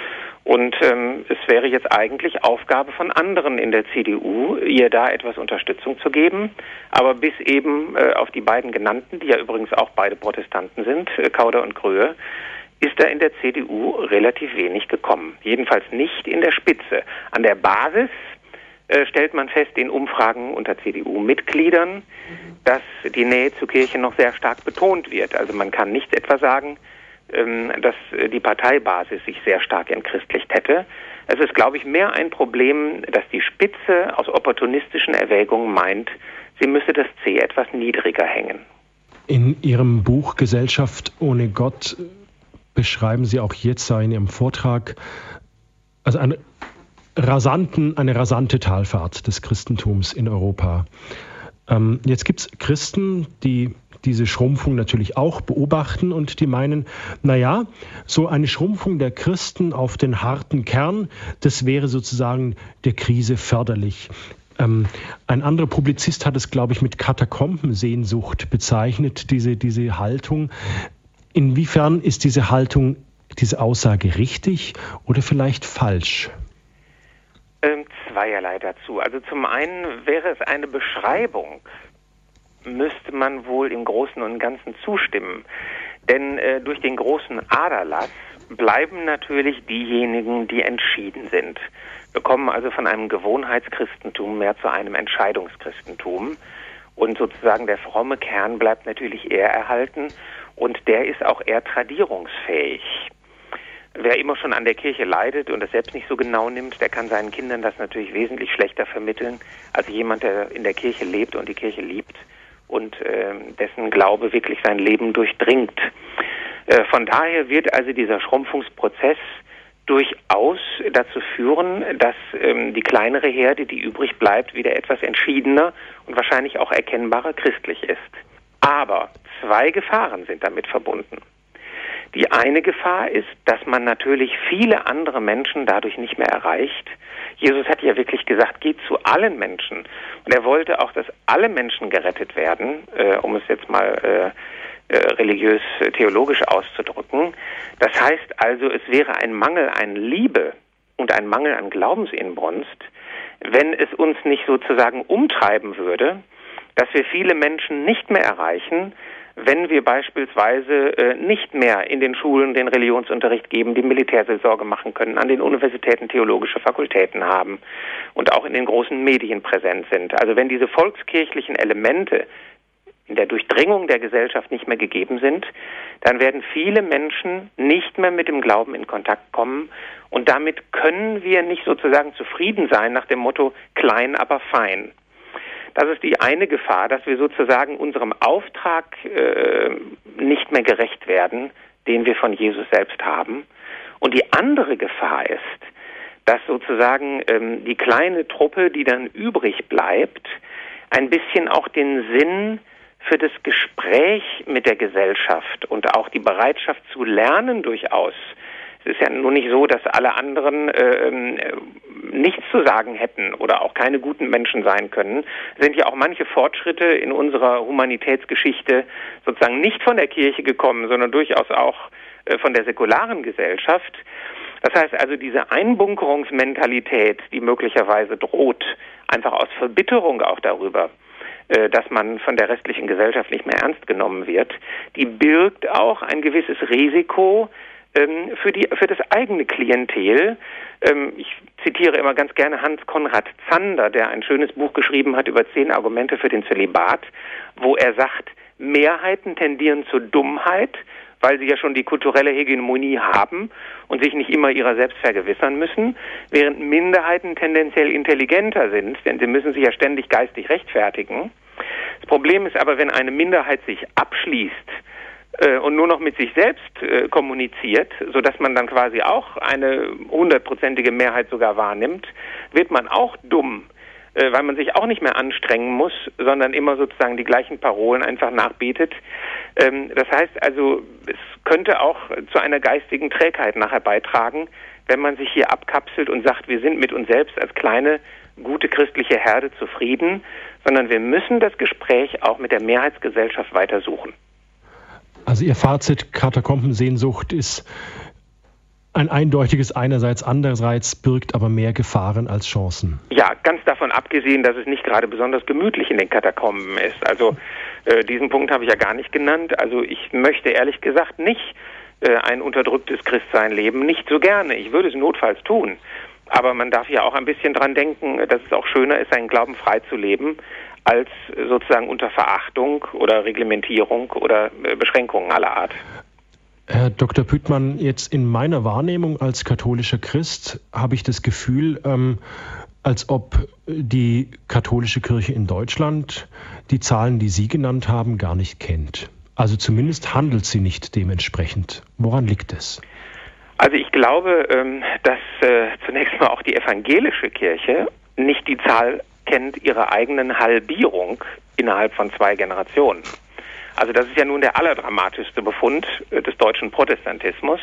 Und ähm, es wäre jetzt eigentlich Aufgabe von anderen in der C D U, ihr da etwas Unterstützung zu geben. Aber bis eben äh, auf die beiden genannten, die ja übrigens auch beide Protestanten sind, äh, Kauder und Gröhe, ist da in der C D U relativ wenig gekommen. Jedenfalls nicht in der Spitze. An der Basis äh, stellt man fest in Umfragen unter C D U-Mitgliedern, dass die Nähe zur Kirche noch sehr stark betont wird. Also man kann nicht etwa sagen, dass die Parteibasis sich sehr stark entchristlicht hätte. Es ist, glaube ich, mehr ein Problem, dass die Spitze aus opportunistischen Erwägungen meint, sie müsse das C etwas niedriger hängen. In Ihrem Buch Gesellschaft ohne Gott beschreiben Sie auch jetzt in Ihrem Vortrag also eine, rasanten, eine rasante Talfahrt des Christentums in Europa. Ähm, jetzt gibt es Christen, die diese Schrumpfung natürlich auch beobachten und die meinen, naja, so eine Schrumpfung der Christen auf den harten Kern, das wäre sozusagen der Krise förderlich. Ähm, ein anderer Publizist hat es, glaube ich, mit Katakombensehnsucht bezeichnet, diese, diese Haltung. Inwiefern ist diese Haltung, diese Aussage richtig oder vielleicht falsch? Ähm, zweierlei dazu. Also zum einen wäre es eine Beschreibung, müsste man wohl im Großen und Ganzen zustimmen. Denn äh, durch den großen Aderlass bleiben natürlich diejenigen, die entschieden sind. Wir kommen also von einem Gewohnheitschristentum mehr zu einem Entscheidungschristentum. Und sozusagen der fromme Kern bleibt natürlich eher erhalten und der ist auch eher tradierungsfähig. Wer immer schon an der Kirche leidet und das selbst nicht so genau nimmt, der kann seinen Kindern das natürlich wesentlich schlechter vermitteln, als jemand, der in der Kirche lebt und die Kirche liebt und äh, dessen Glaube wirklich sein Leben durchdringt. Äh, von daher wird also dieser Schrumpfungsprozess durchaus dazu führen, dass ähm, die kleinere Herde, die übrig bleibt, wieder etwas entschiedener und wahrscheinlich auch erkennbarer christlich ist. Aber zwei Gefahren sind damit verbunden. Die eine Gefahr ist, dass man natürlich viele andere Menschen dadurch nicht mehr erreicht. Jesus hat ja wirklich gesagt, geht zu allen Menschen. Und er wollte auch, dass alle Menschen gerettet werden, äh, um es jetzt mal äh, äh, religiös-theologisch auszudrücken. Das heißt also, es wäre ein Mangel an Liebe und ein Mangel an Glaubensinbrunst, wenn es uns nicht sozusagen umtreiben würde, dass wir viele Menschen nicht mehr erreichen, wenn wir beispielsweise äh, nicht mehr in den Schulen den Religionsunterricht geben, die Militärseelsorge machen können, an den Universitäten theologische Fakultäten haben und auch in den großen Medien präsent sind. Also wenn diese volkskirchlichen Elemente in der Durchdringung der Gesellschaft nicht mehr gegeben sind, dann werden viele Menschen nicht mehr mit dem Glauben in Kontakt kommen und damit können wir nicht sozusagen zufrieden sein nach dem Motto klein, aber fein. Das ist die eine Gefahr, dass wir sozusagen unserem Auftrag äh, nicht mehr gerecht werden, den wir von Jesus selbst haben. Und die andere Gefahr ist, dass sozusagen ähm, die kleine Truppe, die dann übrig bleibt, ein bisschen auch den Sinn für das Gespräch mit der Gesellschaft und auch die Bereitschaft zu lernen durchaus. Es ist ja nur nicht so, dass alle anderen äh, nichts zu sagen hätten oder auch keine guten Menschen sein können. Es sind ja auch manche Fortschritte in unserer Humanitätsgeschichte sozusagen nicht von der Kirche gekommen, sondern durchaus auch äh, von der säkularen Gesellschaft. Das heißt also, diese Einbunkerungsmentalität, die möglicherweise droht, einfach aus Verbitterung auch darüber, äh, dass man von der restlichen Gesellschaft nicht mehr ernst genommen wird, die birgt auch ein gewisses Risiko, für die, für das eigene Klientel. Ich zitiere immer ganz gerne Hans Konrad Zander, der ein schönes Buch geschrieben hat über zehn Argumente für den Zölibat, wo er sagt, Mehrheiten tendieren zur Dummheit, weil sie ja schon die kulturelle Hegemonie haben und sich nicht immer ihrer selbst vergewissern müssen, während Minderheiten tendenziell intelligenter sind, denn sie müssen sich ja ständig geistig rechtfertigen. Das Problem ist aber, wenn eine Minderheit sich abschließt, und nur noch mit sich selbst äh, kommuniziert, sodass man dann quasi auch eine hundertprozentige Mehrheit sogar wahrnimmt, wird man auch dumm, äh, weil man sich auch nicht mehr anstrengen muss, sondern immer sozusagen die gleichen Parolen einfach nachbetet. Ähm, das heißt also, es könnte auch zu einer geistigen Trägheit nachher beitragen, wenn man sich hier abkapselt und sagt, wir sind mit uns selbst als kleine, gute christliche Herde zufrieden, sondern wir müssen das Gespräch auch mit der Mehrheitsgesellschaft weiter suchen. Also Ihr Fazit, Katakombensehnsucht ist ein eindeutiges einerseits, andererseits birgt aber mehr Gefahren als Chancen. Ja, ganz davon abgesehen, dass es nicht gerade besonders gemütlich in den Katakomben ist. Also äh, diesen Punkt habe ich ja gar nicht genannt. Also ich möchte ehrlich gesagt nicht äh, ein unterdrücktes Christsein leben, nicht so gerne. Ich würde es notfalls tun. Aber man darf ja auch ein bisschen dran denken, dass es auch schöner ist, seinen Glauben frei zu leben, als sozusagen unter Verachtung oder Reglementierung oder Beschränkungen aller Art. Herr Doktor Püttmann, jetzt in meiner Wahrnehmung als katholischer Christ habe ich das Gefühl, ähm, als ob die katholische Kirche in Deutschland die Zahlen, die Sie genannt haben, gar nicht kennt. Also zumindest handelt sie nicht dementsprechend. Woran liegt es? Also ich glaube, ähm, dass äh, zunächst mal auch die evangelische Kirche nicht die Zahl kennt ihrer eigenen Halbierung innerhalb von zwei Generationen. Also das ist ja nun der allerdramatischste Befund äh, des deutschen Protestantismus.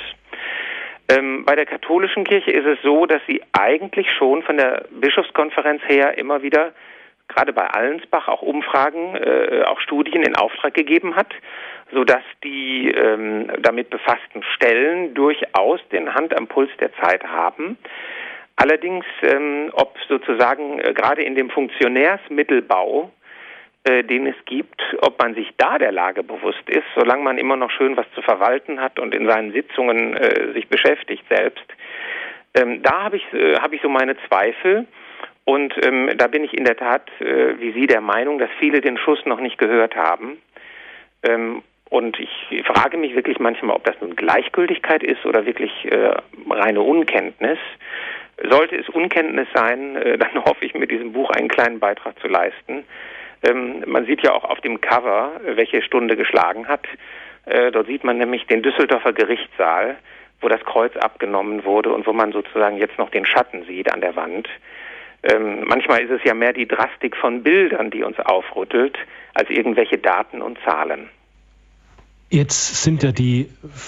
Ähm, bei der katholischen Kirche ist es so, dass sie eigentlich schon von der Bischofskonferenz her immer wieder, gerade bei Allensbach, auch Umfragen, äh, auch Studien in Auftrag gegeben hat, sodass die ähm, damit befassten Stellen durchaus den Hand am Puls der Zeit haben. Allerdings, ähm, ob sozusagen äh, gerade in dem Funktionärsmittelbau, äh, den es gibt, ob man sich da der Lage bewusst ist, solange man immer noch schön was zu verwalten hat und in seinen Sitzungen äh, sich beschäftigt selbst, ähm, da habe ich, äh, hab ich so meine Zweifel. Und ähm, da bin ich in der Tat, äh, wie Sie, der Meinung, dass viele den Schuss noch nicht gehört haben. Ähm, und ich frage mich wirklich manchmal, ob das nun Gleichgültigkeit ist oder wirklich äh, reine Unkenntnis. Sollte es Unkenntnis sein, äh, dann hoffe ich, mit diesem Buch einen kleinen Beitrag zu leisten. Ähm, man sieht ja auch auf dem Cover, welche Stunde geschlagen hat. Äh, dort sieht man nämlich den Düsseldorfer Gerichtssaal wo das Kreuz abgenommen wurde und wo man sozusagen jetzt noch den Schatten sieht an der Wand. Ähm, manchmal ist es ja mehr die Drastik von Bildern, die uns aufrüttelt, als irgendwelche Daten und Zahlen. Jetzt sind ja die,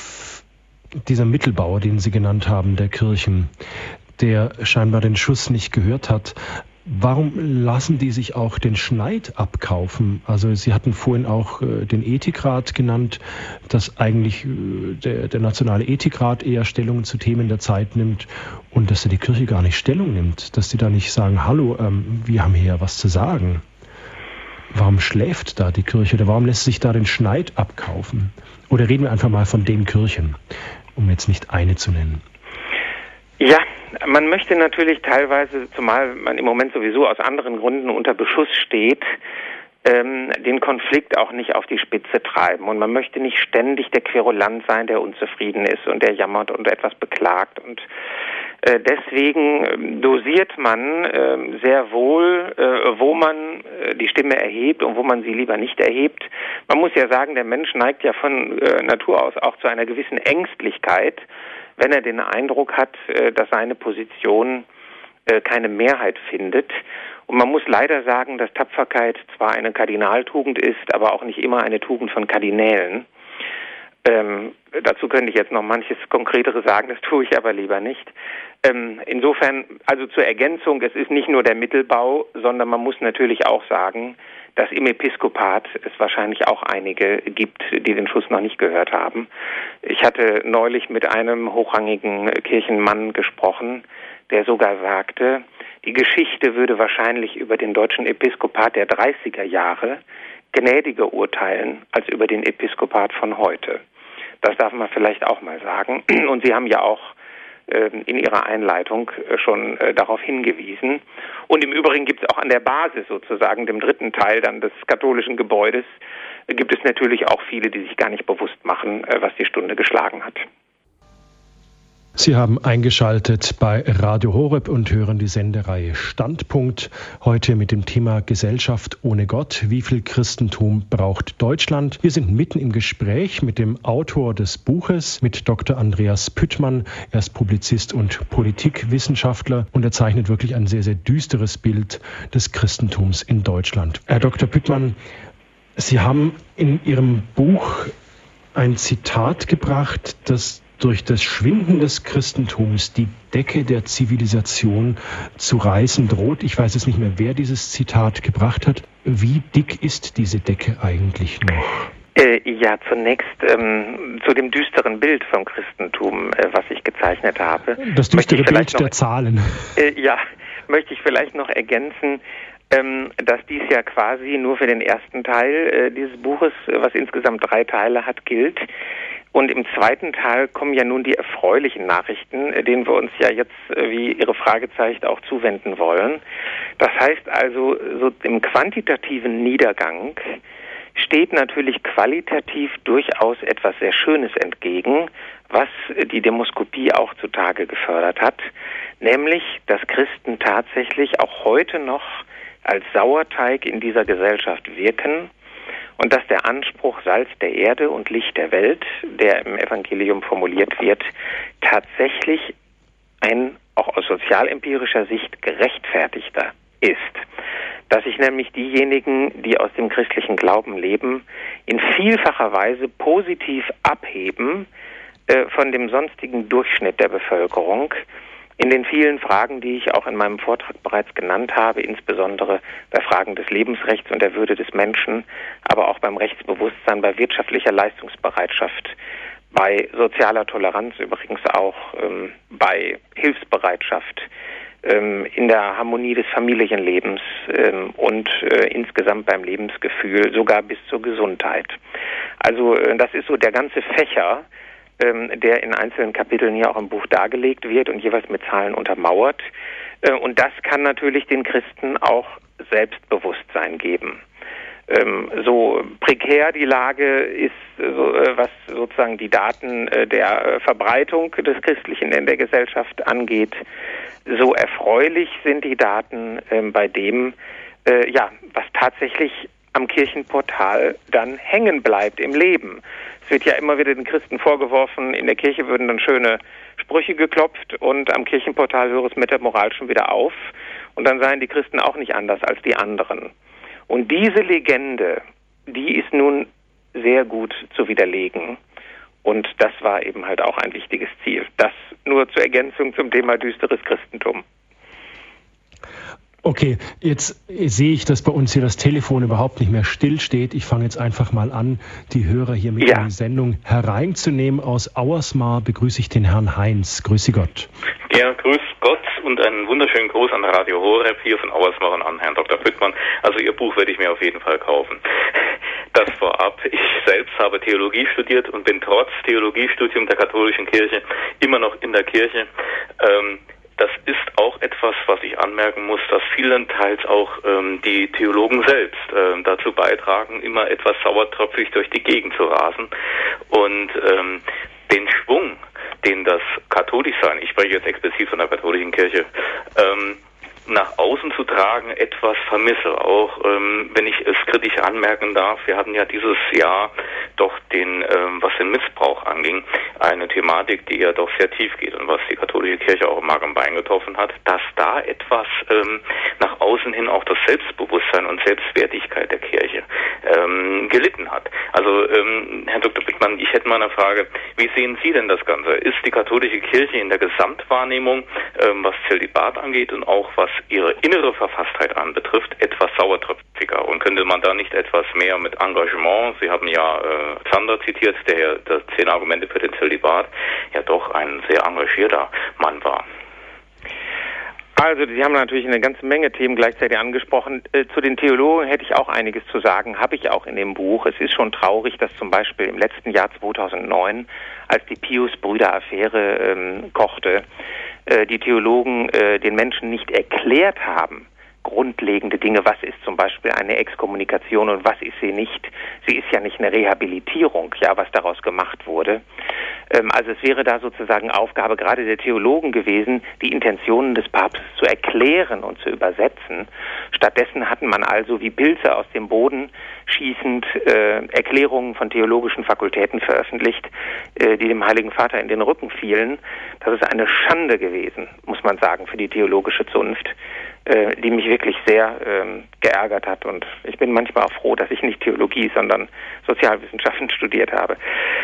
dieser Mittelbauer, den Sie genannt haben, der Kirchen, der scheinbar den Schuss nicht gehört hat. Warum lassen die sich auch den Schneid abkaufen? Also Sie hatten vorhin auch äh, den Ethikrat genannt, dass eigentlich äh, der, der nationale Ethikrat eher Stellung zu Themen der Zeit nimmt und dass die Kirche gar nicht Stellung nimmt, dass die da nicht sagen, hallo, ähm, wir haben hier was zu sagen. Warum schläft da die Kirche oder warum lässt sich da den Schneid abkaufen? Oder reden wir einfach mal von den Kirchen, um jetzt nicht eine zu nennen. Ja, man möchte natürlich teilweise, zumal man im Moment sowieso aus anderen Gründen unter Beschuss steht, ähm, den Konflikt auch nicht auf die Spitze treiben. Und man möchte nicht ständig der Querulant sein, der unzufrieden ist und der jammert und etwas beklagt. Und äh, deswegen ähm, dosiert man äh, sehr wohl, äh, wo man äh, die Stimme erhebt und wo man sie lieber nicht erhebt. Man muss ja sagen, der Mensch neigt ja von äh, Natur aus auch zu einer gewissen Ängstlichkeit, wenn er den Eindruck hat, dass seine Position keine Mehrheit findet. Und man muss leider sagen, dass Tapferkeit zwar eine Kardinaltugend ist, aber auch nicht immer eine Tugend von Kardinälen. Ähm, dazu könnte ich jetzt noch manches Konkretere sagen, das tue ich aber lieber nicht. Ähm, insofern, also zur Ergänzung, es ist nicht nur der Mittelbau, sondern man muss natürlich auch sagen, dass im Episkopat es wahrscheinlich auch einige gibt, die den Schuss noch nicht gehört haben. Ich hatte neulich mit einem hochrangigen Kirchenmann gesprochen, der sogar sagte, die Geschichte würde wahrscheinlich über den deutschen Episkopat der dreißiger Jahre gnädiger urteilen als über den Episkopat von heute. Das darf man vielleicht auch mal sagen. Und Sie haben ja auch in Ihrer Einleitung schon darauf hingewiesen. Und im Übrigen gibt es auch an der Basis sozusagen, dem dritten Teil dann des katholischen Gebäudes, gibt es natürlich auch viele, die sich gar nicht bewusst machen, was die Stunde geschlagen hat. Sie haben eingeschaltet bei Radio Horeb und hören die Sendereihe Standpunkt. Heute mit dem Thema Gesellschaft ohne Gott. Wie viel Christentum braucht Deutschland? Wir sind mitten im Gespräch mit dem Autor des Buches, mit Doktor Andreas Püttmann. Er ist Publizist und Politikwissenschaftler und er zeichnet wirklich ein sehr, sehr düsteres Bild des Christentums in Deutschland. Herr Doktor Püttmann, Sie haben in Ihrem Buch ein Zitat gebracht, das durch das Schwinden des Christentums die Decke der Zivilisation zu reißen droht. Ich weiß jetzt nicht mehr, wer dieses Zitat gebracht hat. Wie dick ist diese Decke eigentlich noch? Äh, ja, zunächst ähm, zu dem düsteren Bild vom Christentum, äh, was ich gezeichnet habe. Das düstere Bild noch, der Zahlen. Äh, ja, möchte ich vielleicht noch ergänzen, ähm, dass dies ja quasi nur für den ersten Teil äh, dieses Buches, was insgesamt drei Teile hat, gilt. Und im zweiten Teil kommen ja nun die erfreulichen Nachrichten, denen wir uns ja jetzt, wie Ihre Frage zeigt, auch zuwenden wollen. Das heißt also, so im quantitativen Niedergang steht natürlich qualitativ durchaus etwas sehr Schönes entgegen, was die Demoskopie auch zutage gefördert hat, nämlich, dass Christen tatsächlich auch heute noch als Sauerteig in dieser Gesellschaft wirken, und dass der Anspruch Salz der Erde und Licht der Welt, der im Evangelium formuliert wird, tatsächlich ein auch aus sozialempirischer Sicht gerechtfertigter ist. Dass sich nämlich diejenigen, die aus dem christlichen Glauben leben, in vielfacher Weise positiv abheben äh, von dem sonstigen Durchschnitt der Bevölkerung, in den vielen Fragen, die ich auch in meinem Vortrag bereits genannt habe, insbesondere bei Fragen des Lebensrechts und der Würde des Menschen, aber auch beim Rechtsbewusstsein, bei wirtschaftlicher Leistungsbereitschaft, bei sozialer Toleranz übrigens auch, ähm, bei Hilfsbereitschaft, ähm, in der Harmonie des Familienlebens ähm, und äh, insgesamt beim Lebensgefühl, sogar bis zur Gesundheit. Also äh, das ist so der ganze Fächer, der in einzelnen Kapiteln hier auch im Buch dargelegt wird und jeweils mit Zahlen untermauert. Und das kann natürlich den Christen auch Selbstbewusstsein geben. So prekär die Lage ist, was sozusagen die Daten der Verbreitung des Christlichen in der Gesellschaft angeht, so erfreulich sind die Daten bei dem, ja, was tatsächlich am Kirchenportal dann hängen bleibt im Leben. Es wird ja immer wieder den Christen vorgeworfen, in der Kirche würden dann schöne Sprüche geklopft und am Kirchenportal höre es mit der Moral schon wieder auf. Und dann seien die Christen auch nicht anders als die anderen. Und diese Legende, die ist nun sehr gut zu widerlegen. Und das war eben halt auch ein wichtiges Ziel. Das nur zur Ergänzung zum Thema düsteres Christentum. Okay, jetzt sehe ich, dass bei uns hier das Telefon überhaupt nicht mehr stillsteht. Ich fange jetzt einfach mal an, die Hörer hier mit ja. in die Sendung hereinzunehmen. Aus Auersmar begrüße ich den Herrn Heinz. Grüße Gott. Ja, grüß Gott und einen wunderschönen Gruß an Radio Horeb hier von Auersmar und an Herrn Doktor Büttmann. Also Ihr Buch werde ich mir auf jeden Fall kaufen. Das vorab. Ich selbst habe Theologie studiert und bin trotz Theologiestudium der katholischen Kirche immer noch in der Kirche. Ähm, Das ist auch etwas, was ich anmerken muss, dass vielenteils auch ähm, die Theologen selbst äh, dazu beitragen, immer etwas sauertröpfig durch die Gegend zu rasen und ähm, den Schwung, den das Katholischsein, ich spreche jetzt explizit von der katholischen Kirche, ähm, nach außen zu tragen, etwas vermisse. Auch ähm, wenn ich es kritisch anmerken darf, wir hatten ja dieses Jahr doch den, ähm, was den Missbrauch anging, eine Thematik, die ja doch sehr tief geht und was die katholische Kirche auch im Magen Bein getroffen hat, dass da etwas ähm, nach außen hin auch das Selbstbewusstsein und Selbstwertigkeit der Kirche ähm, gelitten hat. Also ähm, Herr Doktor Büttmann, ich hätte mal eine Frage, wie sehen Sie denn das Ganze? Ist die katholische Kirche in der Gesamtwahrnehmung, ähm, was Zölibat angeht und auch was ihre innere Verfasstheit anbetrifft, etwas sauertröpfiger? Und könnte man da nicht etwas mehr mit Engagement, Sie haben ja äh, Zander zitiert, der ja das zehn Argumente für den Zölibat ja doch ein sehr engagierter Mann war. Also, Sie haben natürlich eine ganze Menge Themen gleichzeitig angesprochen. Äh, zu den Theologen hätte ich auch einiges zu sagen, habe ich auch in dem Buch. Es ist schon traurig, dass zum Beispiel im letzten Jahr zweitausendneun, als die Pius-Brüder-Affäre ähm, kochte, äh, die Theologen äh, den Menschen nicht erklärt haben, grundlegende Dinge, was ist zum Beispiel eine Exkommunikation und was ist sie nicht. Sie ist ja nicht eine Rehabilitierung, ja, was daraus gemacht wurde. Ähm, also es wäre da sozusagen Aufgabe gerade der Theologen gewesen, die Intentionen des Papstes zu erklären und zu übersetzen. Stattdessen hatten man also wie Pilze aus dem Boden schießend äh, Erklärungen von theologischen Fakultäten veröffentlicht, äh, die dem Heiligen Vater in den Rücken fielen. Das ist eine Schande gewesen, muss man sagen, für die theologische Zunft, äh, die mich wirklich sehr ähm, geärgert hat. Und ich bin manchmal auch froh, dass ich nicht Theologie, sondern Sozialwissenschaften studiert habe.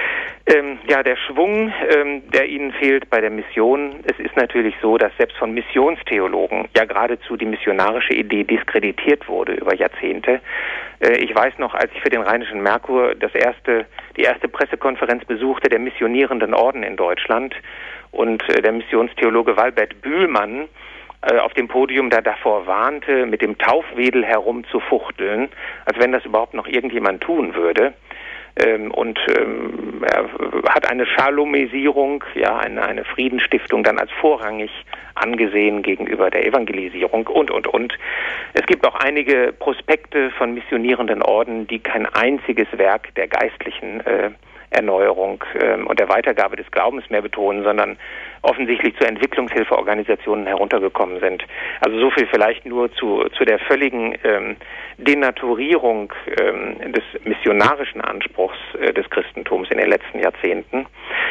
Ähm, ja, der Schwung, ähm, der Ihnen fehlt bei der Mission. Es ist natürlich so, dass selbst von Missionstheologen ja geradezu die missionarische Idee diskreditiert wurde über Jahrzehnte. Äh, ich weiß noch, als ich für den Rheinischen Merkur das erste, die erste Pressekonferenz besuchte der missionierenden Orden in Deutschland und äh, der Missionstheologe Walbert Bühlmann äh, auf dem Podium da davor warnte, mit dem Taufwedel herumzufuchteln, als wenn das überhaupt noch irgendjemand tun würde. Ähm, und ähm, er hat eine Schalomesierung, ja, eine, eine Friedensstiftung dann als vorrangig angesehen gegenüber der Evangelisierung und, und, und. Es gibt auch einige Prospekte von missionierenden Orden, die kein einziges Werk der geistlichen äh, Erneuerung ähm, und der Weitergabe des Glaubens mehr betonen, sondern offensichtlich zu Entwicklungshilfeorganisationen heruntergekommen sind. Also so viel vielleicht nur zu, zu der völligen ähm, Denaturierung ähm, des missionarischen Anspruchs äh, des Christentums in den letzten Jahrzehnten.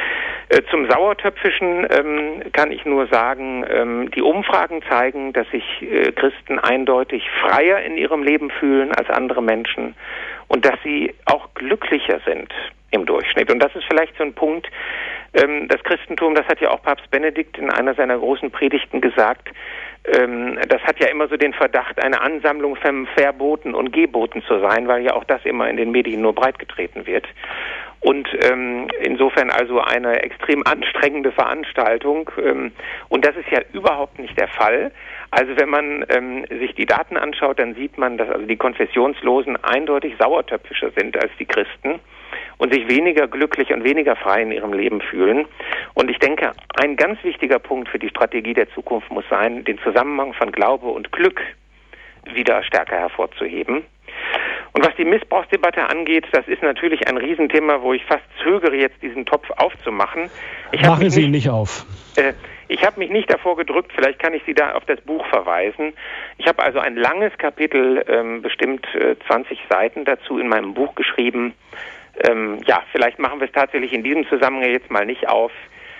Äh, zum Sauertöpfischen ähm, kann ich nur sagen, ähm, die Umfragen zeigen, dass sich äh, Christen eindeutig freier in ihrem Leben fühlen als andere Menschen und dass sie auch glücklicher sind im Durchschnitt. Und das ist vielleicht so ein Punkt, ähm, das Christentum, das hat ja auch Papst Benedikt in einer seiner großen Predigten gesagt, ähm, das hat ja immer so den Verdacht, eine Ansammlung von Verboten und Geboten zu sein, weil ja auch das immer in den Medien nur breitgetreten wird. Und ähm, insofern also eine extrem anstrengende Veranstaltung. Ähm, und das ist ja überhaupt nicht der Fall. Also wenn man ähm, sich die Daten anschaut, dann sieht man, dass also die Konfessionslosen eindeutig sauertöpfischer sind als die Christen und sich weniger glücklich und weniger frei in ihrem Leben fühlen. Und ich denke, ein ganz wichtiger Punkt für die Strategie der Zukunft muss sein, den Zusammenhang von Glaube und Glück wieder stärker hervorzuheben. Und was die Missbrauchsdebatte angeht, das ist natürlich ein Riesenthema, wo ich fast zögere, jetzt diesen Topf aufzumachen. Ich Machen Sie ihn nicht auf. Äh, ich habe mich nicht davor gedrückt, vielleicht kann ich Sie da auf das Buch verweisen. Ich habe also ein langes Kapitel, ähm, bestimmt äh, zwanzig Seiten dazu in meinem Buch geschrieben, Ähm, ja, vielleicht machen wir es tatsächlich in diesem Zusammenhang jetzt mal nicht auf,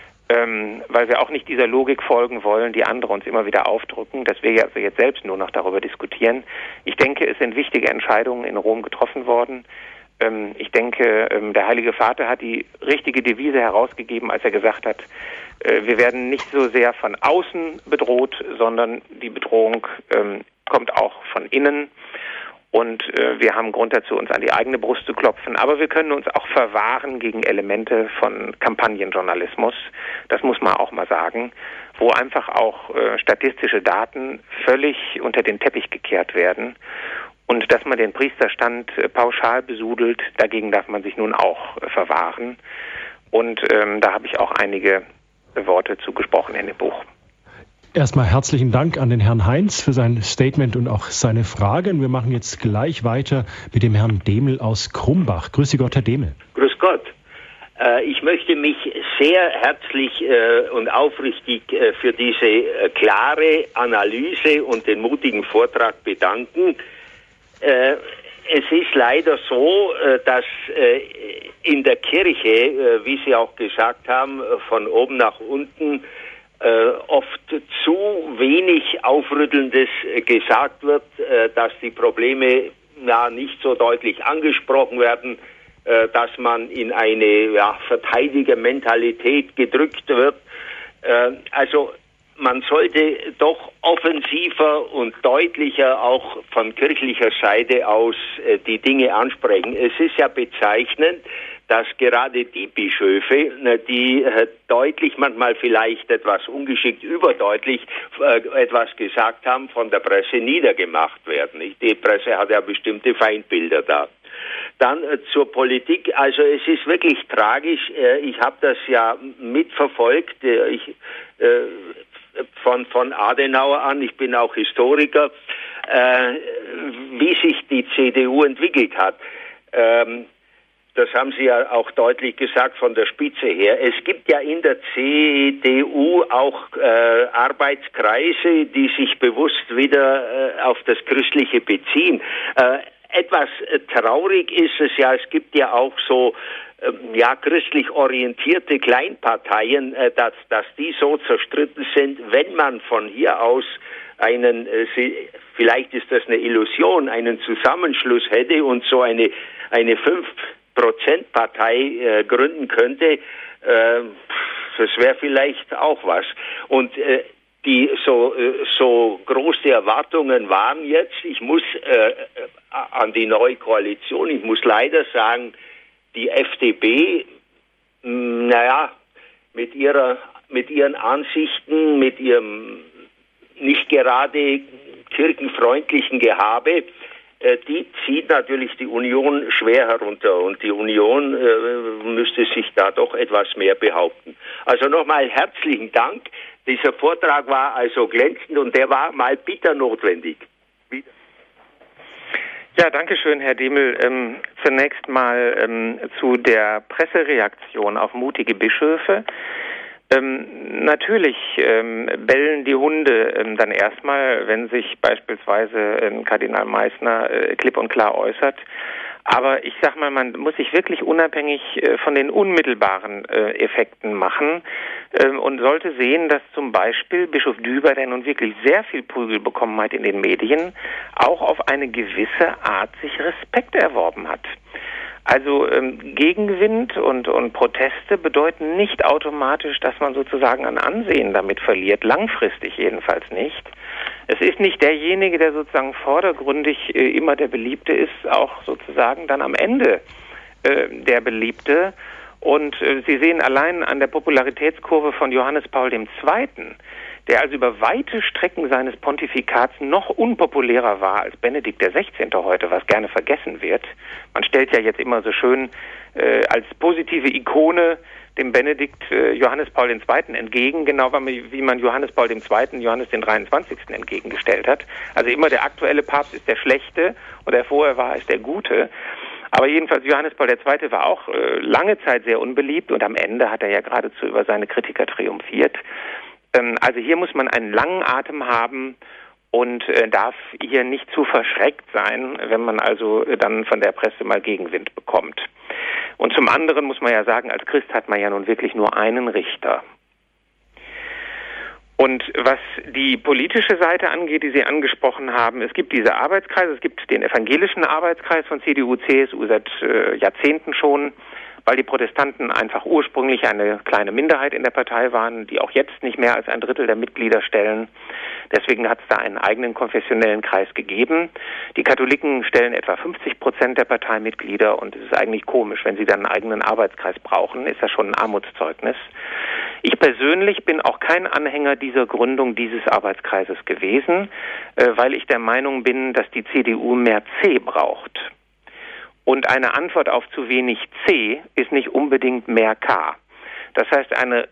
ähm, weil wir auch nicht dieser Logik folgen wollen, die andere uns immer wieder aufdrücken, dass wir also jetzt selbst nur noch darüber diskutieren. Ich denke, es sind wichtige Entscheidungen in Rom getroffen worden. Ähm, ich denke, ähm, der Heilige Vater hat die richtige Devise herausgegeben, als er gesagt hat, äh, wir werden nicht so sehr von außen bedroht, sondern die Bedrohung ähm, kommt auch von innen. Und äh, wir haben Grund dazu, uns an die eigene Brust zu klopfen. Aber wir können uns auch verwahren gegen Elemente von Kampagnenjournalismus. Das muss man auch mal sagen, wo einfach auch äh, statistische Daten völlig unter den Teppich gekehrt werden. Und dass man den Priesterstand äh, pauschal besudelt, dagegen darf man sich nun auch äh, verwahren. Und ähm, da habe ich auch einige Worte zu gesprochen in dem Buch. Erstmal herzlichen Dank an den Herrn Heinz für sein Statement und auch seine Fragen. Wir machen jetzt gleich weiter mit dem Herrn Demel aus Krumbach. Grüß Sie Gott, Herr Demel. Grüß Gott. Äh, ich möchte mich sehr herzlich äh, und aufrichtig äh, für diese äh, klare Analyse und den mutigen Vortrag bedanken. Äh, es ist leider so, äh, dass äh, in der Kirche, äh, wie Sie auch gesagt haben, von oben nach unten Äh, oft zu wenig Aufrüttelndes äh, gesagt wird, äh, dass die Probleme ja, nicht so deutlich angesprochen werden, äh, dass man in eine ja, Verteidigermentalität gedrückt wird. Äh, also man sollte doch offensiver und deutlicher auch von kirchlicher Seite aus äh, die Dinge ansprechen. Es ist ja bezeichnend, dass gerade die Bischöfe, die deutlich, manchmal vielleicht etwas ungeschickt überdeutlich äh, etwas gesagt haben, von der Presse niedergemacht werden. Die Presse hat ja bestimmte Feindbilder da. Dann äh, zur Politik. Also es ist wirklich tragisch. Äh, ich habe das ja mitverfolgt. Äh, ich, äh, von, von Adenauer an. Ich bin auch Historiker. Äh, wie sich die C D U entwickelt hat. Ähm, Das haben Sie ja auch deutlich gesagt von der Spitze her. Es gibt ja in der C D U auch äh, Arbeitskreise, die sich bewusst wieder äh, auf das Christliche beziehen. Äh, etwas äh, traurig ist es ja, es gibt ja auch so äh, ja christlich orientierte Kleinparteien, äh, dass, dass die so zerstritten sind, wenn man von hier aus einen, äh, vielleicht ist das eine Illusion, einen Zusammenschluss hätte und so eine, eine fünf Prozentpartei äh, gründen könnte, äh, das wäre vielleicht auch was. Und äh, die so äh, so große Erwartungen waren jetzt, ich muss äh, an die neue Koalition, ich muss leider sagen, die F D P, mh, naja, mit ihrer mit ihren Ansichten, mit ihrem nicht gerade kirchenfreundlichen Gehabe, die zieht natürlich die Union schwer herunter und die Union äh, müsste sich da doch etwas mehr behaupten. Also nochmal herzlichen Dank. Dieser Vortrag war also glänzend und der war mal bitter notwendig. Wieder. Ja, danke schön, Herr Demel. Ähm, zunächst mal ähm, zu der Pressereaktion auf mutige Bischöfe. Ähm, natürlich ähm, bellen die Hunde ähm, dann erstmal, wenn sich beispielsweise ähm, Kardinal Meissner äh, klipp und klar äußert. Aber ich sag mal, man muss sich wirklich unabhängig äh, von den unmittelbaren äh, Effekten machen ähm, und sollte sehen, dass zum Beispiel Bischof Düber, der nun wirklich sehr viel Prügel bekommen hat in den Medien, auch auf eine gewisse Art sich Respekt erworben hat. Also ähm, Gegenwind und, und Proteste bedeuten nicht automatisch, dass man sozusagen an Ansehen damit verliert, langfristig jedenfalls nicht. Es ist nicht derjenige, der sozusagen vordergründig äh, immer der Beliebte ist, auch sozusagen dann am Ende äh, der Beliebte. Und äh, Sie sehen allein an der Popularitätskurve von Johannes Paul der Zweite., der also über weite Strecken seines Pontifikats noch unpopulärer war als Benedikt der Sechzehnte heute, was gerne vergessen wird. Man stellt ja jetzt immer so schön äh, als positive Ikone dem Benedikt äh, Johannes Paul der Zweite. entgegen, genau wie man Johannes Paul der Zweite. Johannes den dreiundzwanzigsten entgegengestellt hat. Also immer der aktuelle Papst ist der Schlechte und der vorher war ist der Gute. Aber jedenfalls Johannes Paul der Zweite. war auch äh, lange Zeit sehr unbeliebt und am Ende hat er ja geradezu über seine Kritiker triumphiert. Also hier muss man einen langen Atem haben und äh, darf hier nicht zu verschreckt sein, wenn man also äh, dann von der Presse mal Gegenwind bekommt. Und zum anderen muss man ja sagen, als Christ hat man ja nun wirklich nur einen Richter. Und was die politische Seite angeht, die Sie angesprochen haben, es gibt diese Arbeitskreise, es gibt den evangelischen Arbeitskreis von C D U, C S U seit äh, Jahrzehnten schon, weil die Protestanten einfach ursprünglich eine kleine Minderheit in der Partei waren, die auch jetzt nicht mehr als ein Drittel der Mitglieder stellen. Deswegen hat es da einen eigenen konfessionellen Kreis gegeben. Die Katholiken stellen etwa fünfzig Prozent der Parteimitglieder und es ist eigentlich komisch, wenn sie dann einen eigenen Arbeitskreis brauchen, ist das schon ein Armutszeugnis. Ich persönlich bin auch kein Anhänger dieser Gründung dieses Arbeitskreises gewesen, äh, weil ich der Meinung bin, dass die C D U mehr C braucht. Und eine Antwort auf zu wenig C ist nicht unbedingt mehr K. Das heißt, eine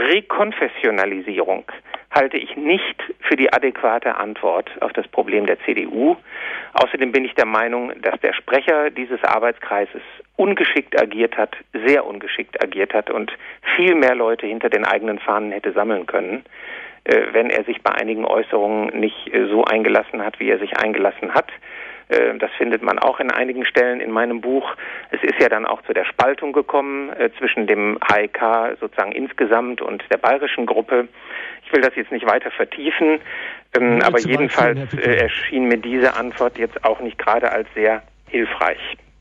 Rekonfessionalisierung halte ich nicht für die adäquate Antwort auf das Problem der C D U. Außerdem bin ich der Meinung, dass der Sprecher dieses Arbeitskreises ungeschickt agiert hat, sehr ungeschickt agiert hat und viel mehr Leute hinter den eigenen Fahnen hätte sammeln können, äh, wenn er sich bei einigen Äußerungen nicht äh, so eingelassen hat, wie er sich eingelassen hat. Das findet man auch in einigen Stellen in meinem Buch. Es ist ja dann auch zu der Spaltung gekommen äh, zwischen dem H E K sozusagen insgesamt und der bayerischen Gruppe. Ich will das jetzt nicht weiter vertiefen, ähm, aber jedenfalls äh, erschien mir diese Antwort jetzt auch nicht gerade als sehr hilfreich.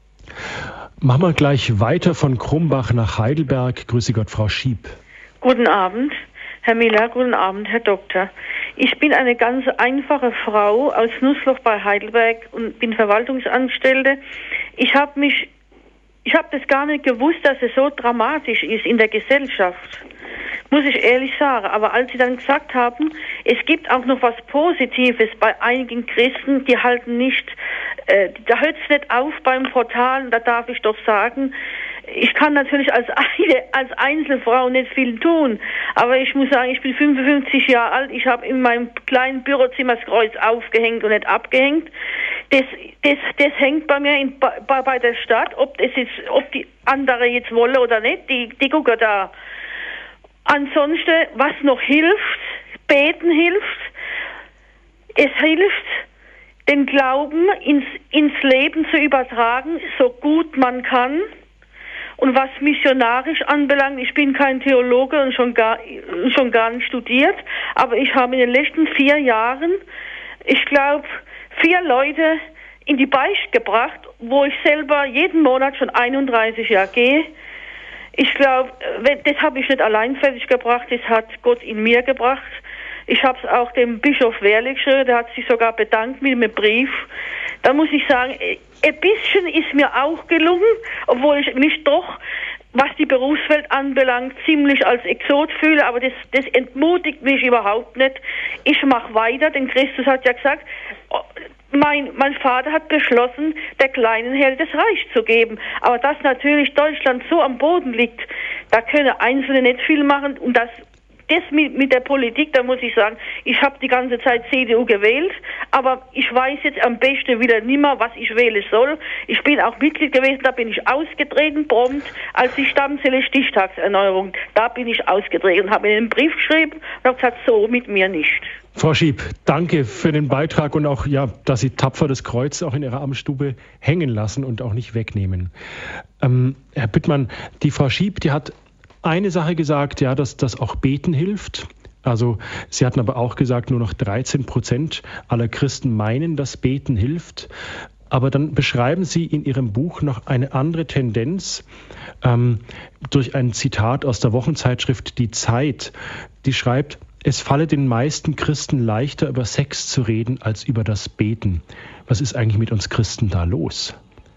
Machen wir gleich weiter von Krumbach nach Heidelberg. Grüße Gott, Frau Schieb. Guten Abend, Herr Miller, guten Abend, Herr Doktor. Ich bin eine ganz einfache Frau aus Nussloch bei Heidelberg und bin Verwaltungsangestellte. Ich habe mich, ich habe das gar nicht gewusst, dass es so dramatisch ist in der Gesellschaft, muss ich ehrlich sagen. Aber als Sie dann gesagt haben, es gibt auch noch was Positives bei einigen Christen, die halten nicht, äh, da hört es nicht auf beim Portal, da darf ich doch sagen, ich kann natürlich als eine, als Einzelfrau nicht viel tun, aber ich muss sagen, ich bin fünfundfünfzig Jahre alt, ich habe in meinem kleinen Bürozimmer das Kreuz aufgehängt und nicht abgehängt. Das, das, das hängt bei mir in, bei, bei der Stadt, ob das jetzt, ob die andere jetzt wollen oder nicht, die, die gucken da. Ansonsten, was noch hilft, beten hilft, es hilft, den Glauben ins, ins Leben zu übertragen, so gut man kann. Und was missionarisch anbelangt, ich bin kein Theologe und schon gar, schon gar nicht studiert, aber ich habe in den letzten vier Jahren, ich glaube, vier Leute in die Beicht gebracht, wo ich selber jeden Monat schon einunddreißig Jahre gehe. Ich glaube, das habe ich nicht allein fertig gebracht, das hat Gott in mir gebracht. Ich habe es auch dem Bischof Wehrlich geschrieben, der hat sich sogar bedankt mit einem Brief. Da muss ich sagen, ein bisschen ist mir auch gelungen, obwohl ich mich doch, was die Berufswelt anbelangt, ziemlich als Exot fühle, aber das, das entmutigt mich überhaupt nicht. Ich mache weiter, denn Christus hat ja gesagt, mein, mein Vater hat beschlossen, der kleinen Herde das Reich zu geben. Aber dass natürlich Deutschland so am Boden liegt, da können Einzelne nicht viel machen und das Das mit, mit der Politik, da muss ich sagen, ich habe die ganze Zeit C D U gewählt, aber ich weiß jetzt am besten wieder nimmer, was ich wählen soll. Ich bin auch Mitglied gewesen, da bin ich ausgetreten, prompt, als die Stammzelle Stichtagserneuerung. Da bin ich ausgetreten, habe einen Brief geschrieben und habe gesagt, so mit mir nicht. Frau Schieb, danke für den Beitrag und auch, ja, dass Sie tapfer das Kreuz auch in Ihrer Amtsstube hängen lassen und auch nicht wegnehmen. Ähm, Herr Büttmann, die Frau Schieb, die hat eine Sache gesagt, ja, dass das auch Beten hilft. Also Sie hatten aber auch gesagt, nur noch dreizehn Prozent aller Christen meinen, dass Beten hilft. Aber dann beschreiben Sie in Ihrem Buch noch eine andere Tendenz ähm, durch ein Zitat aus der Wochenzeitschrift Die Zeit. Die schreibt, es falle den meisten Christen leichter, über Sex zu reden, als über das Beten. Was ist eigentlich mit uns Christen da los?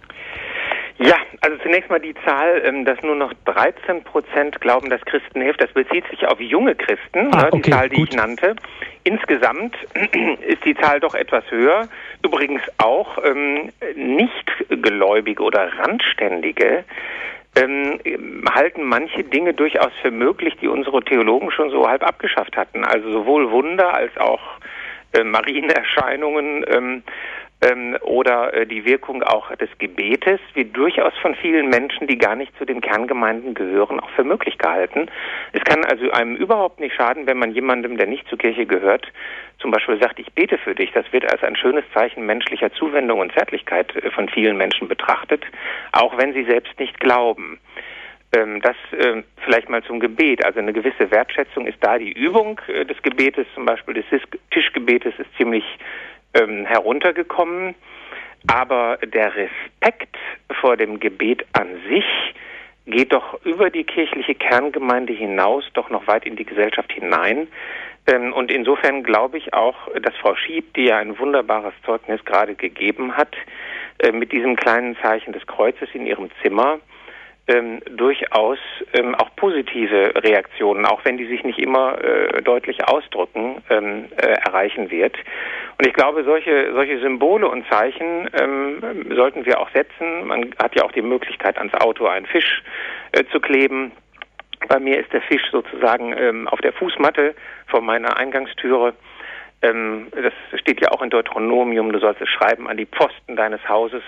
Ja, also zunächst mal die Zahl, dass nur noch dreizehn Prozent glauben, dass Christen hilft. Das bezieht sich auf junge Christen, ah, die okay, Zahl, die gut. ich nannte. Insgesamt ist die Zahl doch etwas höher. Übrigens auch ähm, Nichtgläubige oder Randständige ähm, halten manche Dinge durchaus für möglich, die unsere Theologen schon so halb abgeschafft hatten. Also sowohl Wunder als auch äh, Marienerscheinungen, ähm, ähm, oder äh, die Wirkung auch des Gebetes wird durchaus von vielen Menschen, die gar nicht zu den Kerngemeinden gehören, auch für möglich gehalten. Es kann also einem überhaupt nicht schaden, wenn man jemandem, der nicht zur Kirche gehört, zum Beispiel sagt, ich bete für dich. Das wird als ein schönes Zeichen menschlicher Zuwendung und Zärtlichkeit äh, von vielen Menschen betrachtet, auch wenn sie selbst nicht glauben. Ähm, das äh, vielleicht mal zum Gebet. Also eine gewisse Wertschätzung ist da. Die Übung äh, des Gebetes, zum Beispiel des Tischgebetes, ist ziemlich ähm, heruntergekommen. Aber der Respekt vor dem Gebet an sich geht doch über die kirchliche Kerngemeinde hinaus, doch noch weit in die Gesellschaft hinein. Ähm, und insofern glaube ich auch, dass Frau Schieb, die ja ein wunderbares Zeugnis gerade gegeben hat, äh, mit diesem kleinen Zeichen des Kreuzes in ihrem Zimmer, Ähm, durchaus ähm, auch positive Reaktionen, auch wenn die sich nicht immer äh, deutlich ausdrücken, ähm, äh, erreichen wird. Und ich glaube, solche solche Symbole und Zeichen ähm, sollten wir auch setzen. Man hat ja auch die Möglichkeit, ans Auto einen Fisch äh, zu kleben. Bei mir ist der Fisch sozusagen ähm, auf der Fußmatte vor meiner Eingangstüre. Ähm, das steht ja auch in Deuteronomium, du sollst es schreiben an die Pfosten deines Hauses.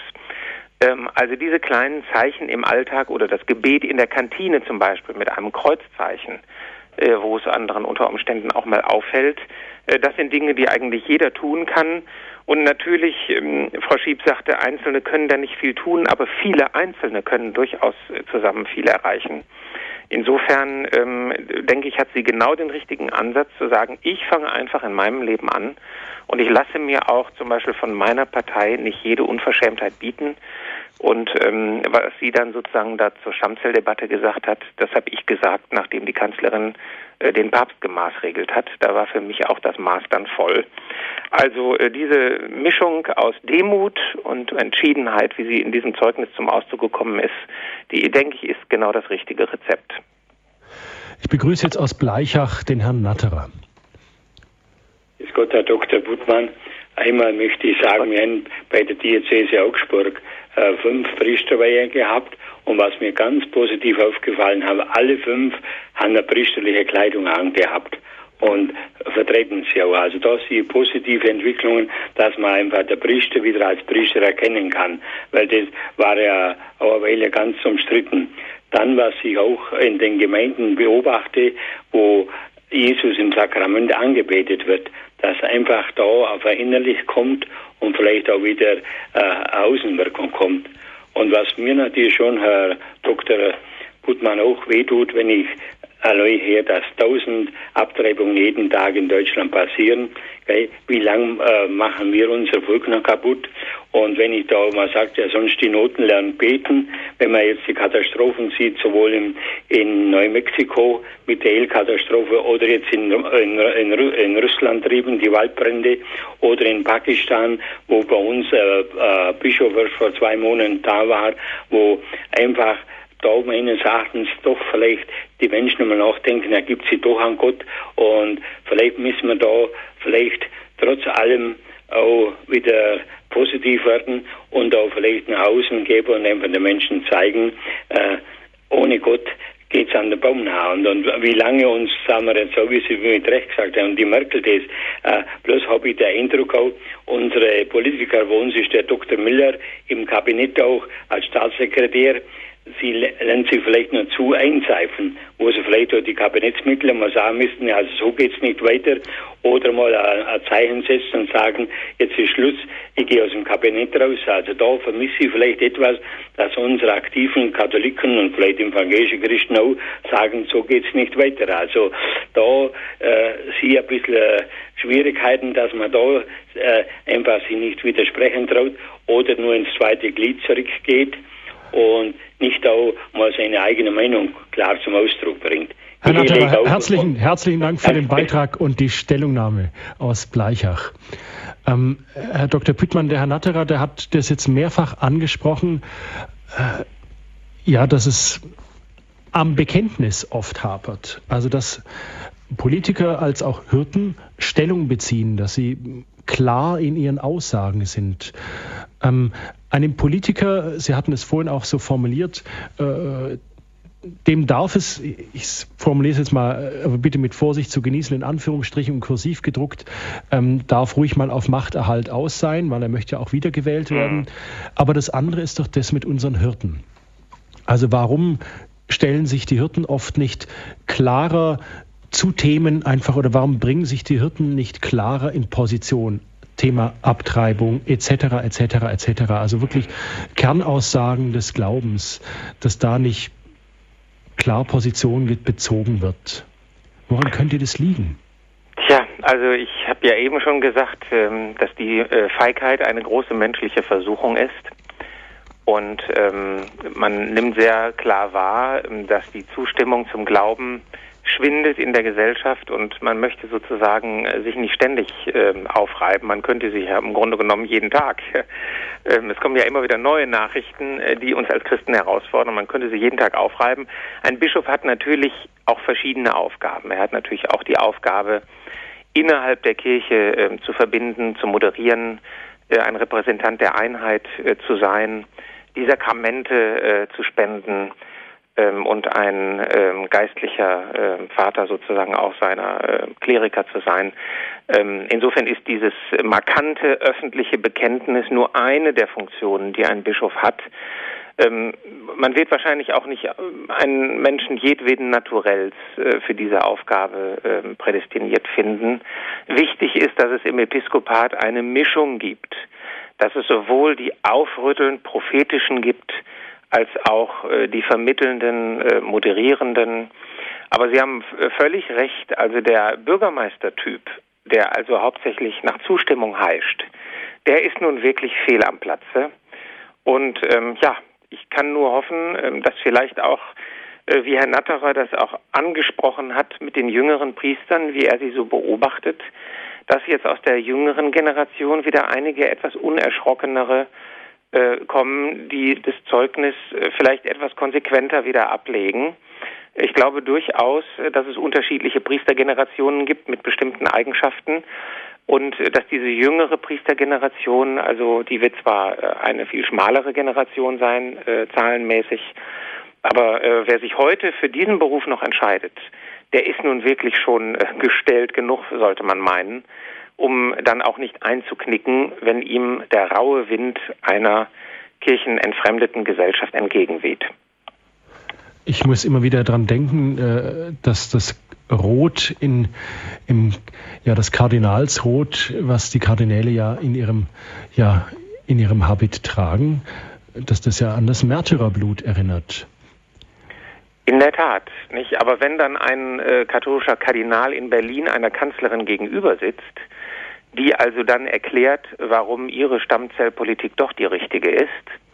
Also diese kleinen Zeichen im Alltag oder das Gebet in der Kantine zum Beispiel mit einem Kreuzzeichen, wo es anderen unter Umständen auch mal auffällt, das sind Dinge, die eigentlich jeder tun kann. Und natürlich, Frau Schieb sagte, Einzelne können da nicht viel tun, aber viele Einzelne können durchaus zusammen viel erreichen. Insofern ähm, denke ich, hat sie genau den richtigen Ansatz zu sagen, ich fange einfach in meinem Leben an und ich lasse mir auch zum Beispiel von meiner Partei nicht jede Unverschämtheit bieten. Und ähm, was sie dann sozusagen da zur Stammzelldebatte gesagt hat, das habe ich gesagt, nachdem die Kanzlerin äh, den Papst gemaßregelt hat. Da war für mich auch das Maß dann voll. Also äh, diese Mischung aus Demut und Entschiedenheit, wie sie in diesem Zeugnis zum Ausdruck gekommen ist, die, denke ich, ist genau das richtige Rezept. Ich begrüße jetzt aus Blaichach den Herrn Natterer. Grüß Gott, Herr Doktor Buttmann. Einmal möchte ich sagen, wir haben bei der Diözese Augsburg äh, fünf Priesterweihe gehabt und was mir ganz positiv aufgefallen hat, alle fünf haben eine priesterliche Kleidung angehabt und vertreten sie auch. Also da sind positive Entwicklungen, dass man einfach der Priester wieder als Priester erkennen kann, weil das war ja auch eine Weile ganz umstritten. Dann, was ich auch in den Gemeinden beobachte, wo Jesus im Sakrament angebetet wird, dass einfach da auf ein Innerlich kommt und vielleicht auch wieder äh, eine Außenwirkung kommt. Und was mir natürlich schon, Herr Doktor Buttmann, auch wehtut, wenn ich allein her, dass tausend Abtreibungen jeden Tag in Deutschland passieren. Okay? Wie lange äh, machen wir unser Volk noch kaputt? Und wenn ich da mal sage, ja sonst die Noten lernen beten, wenn man jetzt die Katastrophen sieht, sowohl in, in Neumexiko mit der Ölkatastrophe oder jetzt in, in, in, in Russland drüben die Waldbrände oder in Pakistan, wo bei uns äh, äh, Bischof vor zwei Monaten da war, wo einfach da meines Erachtens doch vielleicht die Menschen immer nachdenken, er gibt sie doch an Gott und vielleicht müssen wir da vielleicht trotz allem auch wieder positiv werden und auch nach außen geben und einfach den Menschen zeigen, äh, ohne Gott geht's an den Baum nah. Und, und wie lange uns, sagen wir jetzt so, wie Sie mit Recht gesagt haben, und die Merkel das, äh, bloß habe ich den Eindruck auch, unsere Politiker, wo uns ist der Doktor Müller im Kabinett auch als Staatssekretär, sie lernen sich vielleicht noch zu einseifen, wo sie vielleicht auch die Kabinettsmitglieder mal sagen müssten, ja, also so geht's nicht weiter, oder mal ein, ein Zeichen setzen und sagen, jetzt ist Schluss, ich gehe aus dem Kabinett raus. Also da vermisse ich vielleicht etwas, dass unsere aktiven Katholiken und vielleicht evangelische Christen auch sagen, so geht's nicht weiter. Also da äh, sehe ich ein bisschen äh, Schwierigkeiten, dass man da äh, einfach sich nicht widersprechen traut oder nur ins zweite Glied zurückgeht und nicht auch mal seine eigene Meinung klar zum Ausdruck bringt. Herr Natterer, herzlichen, herzlichen Dank für den Beitrag und die Stellungnahme aus Blaichach. Ähm, Herr Doktor Püttmann, der Herr Natterer, der hat das jetzt mehrfach angesprochen, äh, ja, dass es am Bekenntnis oft hapert. Also dass Politiker als auch Hirten Stellung beziehen, dass sie klar in ihren Aussagen sind. Ähm, einem Politiker, Sie hatten es vorhin auch so formuliert, äh, dem darf es, ich formuliere es jetzt mal, aber bitte mit Vorsicht zu genießen, in Anführungsstrichen und kursiv gedruckt, ähm, darf ruhig mal auf Machterhalt aus sein, weil er möchte ja auch wiedergewählt werden. Aber das andere ist doch das mit unseren Hirten. Also warum stellen sich die Hirten oft nicht klarer zu Themen einfach, oder warum bringen sich die Hirten nicht klarer in Position? Thema Abtreibung et cetera et cetera et cetera. Also wirklich Kernaussagen des Glaubens, dass da nicht klar Position bezogen wird. Woran könnte das liegen? Tja, also ich habe ja eben schon gesagt, dass die Feigheit eine große menschliche Versuchung ist. Und ähm, man nimmt sehr klar wahr, dass die Zustimmung zum Glauben schwindet in der Gesellschaft und man möchte sozusagen äh, sich nicht ständig äh, aufreiben. Man könnte sich ja im Grunde genommen jeden Tag. Ähm, es kommen ja immer wieder neue Nachrichten, äh, die uns als Christen herausfordern. Man könnte sie jeden Tag aufreiben. Ein Bischof hat natürlich auch verschiedene Aufgaben. Er hat natürlich auch die Aufgabe, innerhalb der Kirche äh, zu verbinden, zu moderieren, äh, ein Repräsentant der Einheit äh, zu sein, die Sakramente äh, zu spenden, und ein ähm, geistlicher äh, Vater sozusagen auch seiner äh, Kleriker zu sein. Ähm, insofern ist dieses markante öffentliche Bekenntnis nur eine der Funktionen, die ein Bischof hat. Ähm, man wird wahrscheinlich auch nicht einen Menschen jedweden Naturells äh, für diese Aufgabe äh, prädestiniert finden. Wichtig ist, dass es im Episkopat eine Mischung gibt, dass es sowohl die aufrüttelnd prophetischen gibt, als auch äh, die vermittelnden, äh, moderierenden. Aber Sie haben f- völlig recht, also der Bürgermeistertyp, der also hauptsächlich nach Zustimmung heischt, der ist nun wirklich fehl am Platze. Und ähm, ja, ich kann nur hoffen, ähm, dass vielleicht auch, äh, wie Herr Natterer das auch angesprochen hat, mit den jüngeren Priestern, wie er sie so beobachtet, dass jetzt aus der jüngeren Generation wieder einige etwas unerschrockenere kommen, die das Zeugnis vielleicht etwas konsequenter wieder ablegen. Ich glaube durchaus, dass es unterschiedliche Priestergenerationen gibt mit bestimmten Eigenschaften und dass diese jüngere Priestergeneration, also die wird zwar eine viel schmalere Generation sein, äh, zahlenmäßig, aber äh, wer sich heute für diesen Beruf noch entscheidet, der ist nun wirklich schon äh, gestellt genug, sollte man meinen, um dann auch nicht einzuknicken, wenn ihm der raue Wind einer kirchenentfremdeten Gesellschaft entgegenweht. Ich muss immer wieder daran denken, dass das Rot in, im, ja, das Kardinalsrot, was die Kardinäle ja in ihrem, ja, in ihrem Habit tragen, dass das ja an das Märtyrerblut erinnert. In der Tat, nicht? Aber wenn dann ein äh, katholischer Kardinal in Berlin einer Kanzlerin gegenüber sitzt, die also dann erklärt, warum ihre Stammzellpolitik doch die richtige ist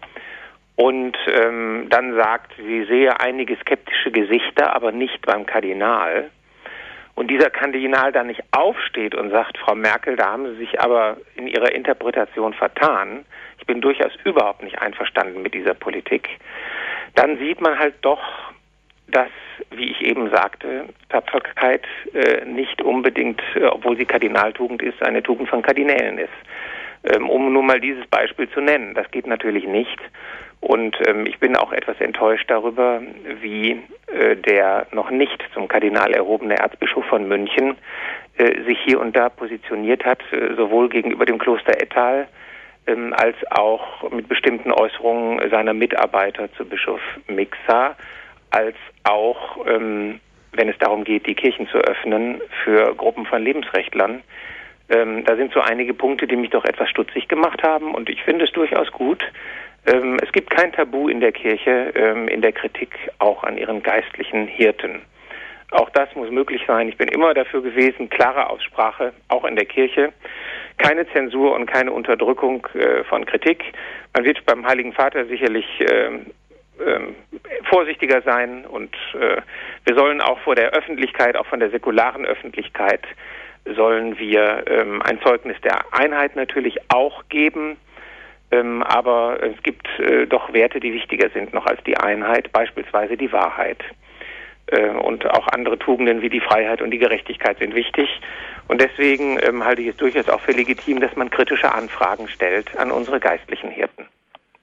und ähm, dann sagt, sie sehe einige skeptische Gesichter, aber nicht beim Kardinal, und dieser Kardinal dann nicht aufsteht und sagt, Frau Merkel, da haben Sie sich aber in Ihrer Interpretation vertan, ich bin durchaus überhaupt nicht einverstanden mit dieser Politik, dann sieht man halt doch, dass, wie ich eben sagte, Tapferkeit äh, nicht unbedingt, äh, obwohl sie Kardinaltugend ist, eine Tugend von Kardinälen ist. Ähm, um nur mal dieses Beispiel zu nennen. Das geht natürlich nicht. Und ähm, ich bin auch etwas enttäuscht darüber, wie äh, der noch nicht zum Kardinal erhobene Erzbischof von München äh, sich hier und da positioniert hat, äh, sowohl gegenüber dem Kloster Ettal ähm, als auch mit bestimmten Äußerungen seiner Mitarbeiter zu Bischof Mixa, als auch, ähm, wenn es darum geht, die Kirchen zu öffnen für Gruppen von Lebensrechtlern. Ähm, da sind so einige Punkte, die mich doch etwas stutzig gemacht haben, und ich finde es durchaus gut. Ähm, es gibt kein Tabu in der Kirche, ähm, in der Kritik auch an ihren geistlichen Hirten. Auch das muss möglich sein. Ich bin immer dafür gewesen, klare Aussprache, auch in der Kirche. Keine Zensur und keine Unterdrückung äh, von Kritik. Man wird beim Heiligen Vater sicherlich äh, Ähm, vorsichtiger sein, und äh, wir sollen auch vor der Öffentlichkeit, auch von der säkularen Öffentlichkeit, sollen wir ähm, ein Zeugnis der Einheit natürlich auch geben, ähm, aber es gibt äh, doch Werte, die wichtiger sind noch als die Einheit, beispielsweise die Wahrheit. Äh, und auch andere Tugenden wie die Freiheit und die Gerechtigkeit sind wichtig, und deswegen ähm, halte ich es durchaus auch für legitim, dass man kritische Anfragen stellt an unsere geistlichen Hirten.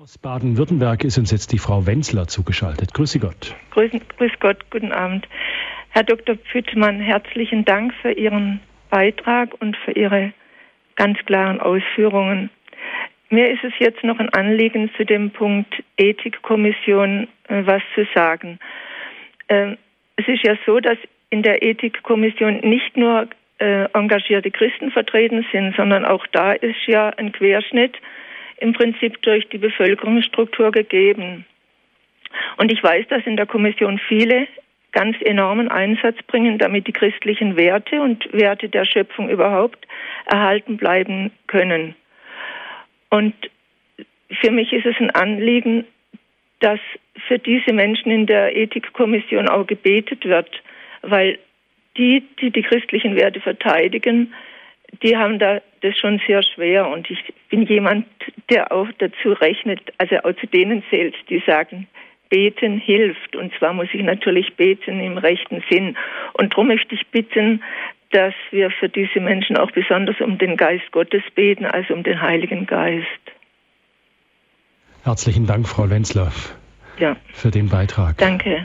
Aus Baden-Württemberg ist uns jetzt die Frau Wenzler zugeschaltet. Grüße Gott. Grüß, grüß Gott, guten Abend. Herr Doktor Püttmann, herzlichen Dank für Ihren Beitrag und für Ihre ganz klaren Ausführungen. Mir ist es jetzt noch ein Anliegen, zu dem Punkt Ethikkommission äh, was zu sagen. Äh, es ist ja so, dass in der Ethikkommission nicht nur äh, engagierte Christen vertreten sind, sondern auch da ist ja ein Querschnitt im Prinzip durch die Bevölkerungsstruktur gegeben. Und ich weiß, dass in der Kommission viele ganz enormen Einsatz bringen, damit die christlichen Werte und Werte der Schöpfung überhaupt erhalten bleiben können. Und für mich ist es ein Anliegen, dass für diese Menschen in der Ethikkommission auch gebetet wird, weil die, die die christlichen Werte verteidigen, die haben da das schon sehr schwer. Und ich bin jemand, der auch dazu rechnet, also auch zu denen zählt, die sagen, Beten hilft. Und zwar muss ich natürlich beten im rechten Sinn. Und darum möchte ich bitten, dass wir für diese Menschen auch besonders um den Geist Gottes beten, also um den Heiligen Geist. Herzlichen Dank, Frau Wenzler, ja. für den Beitrag. Danke.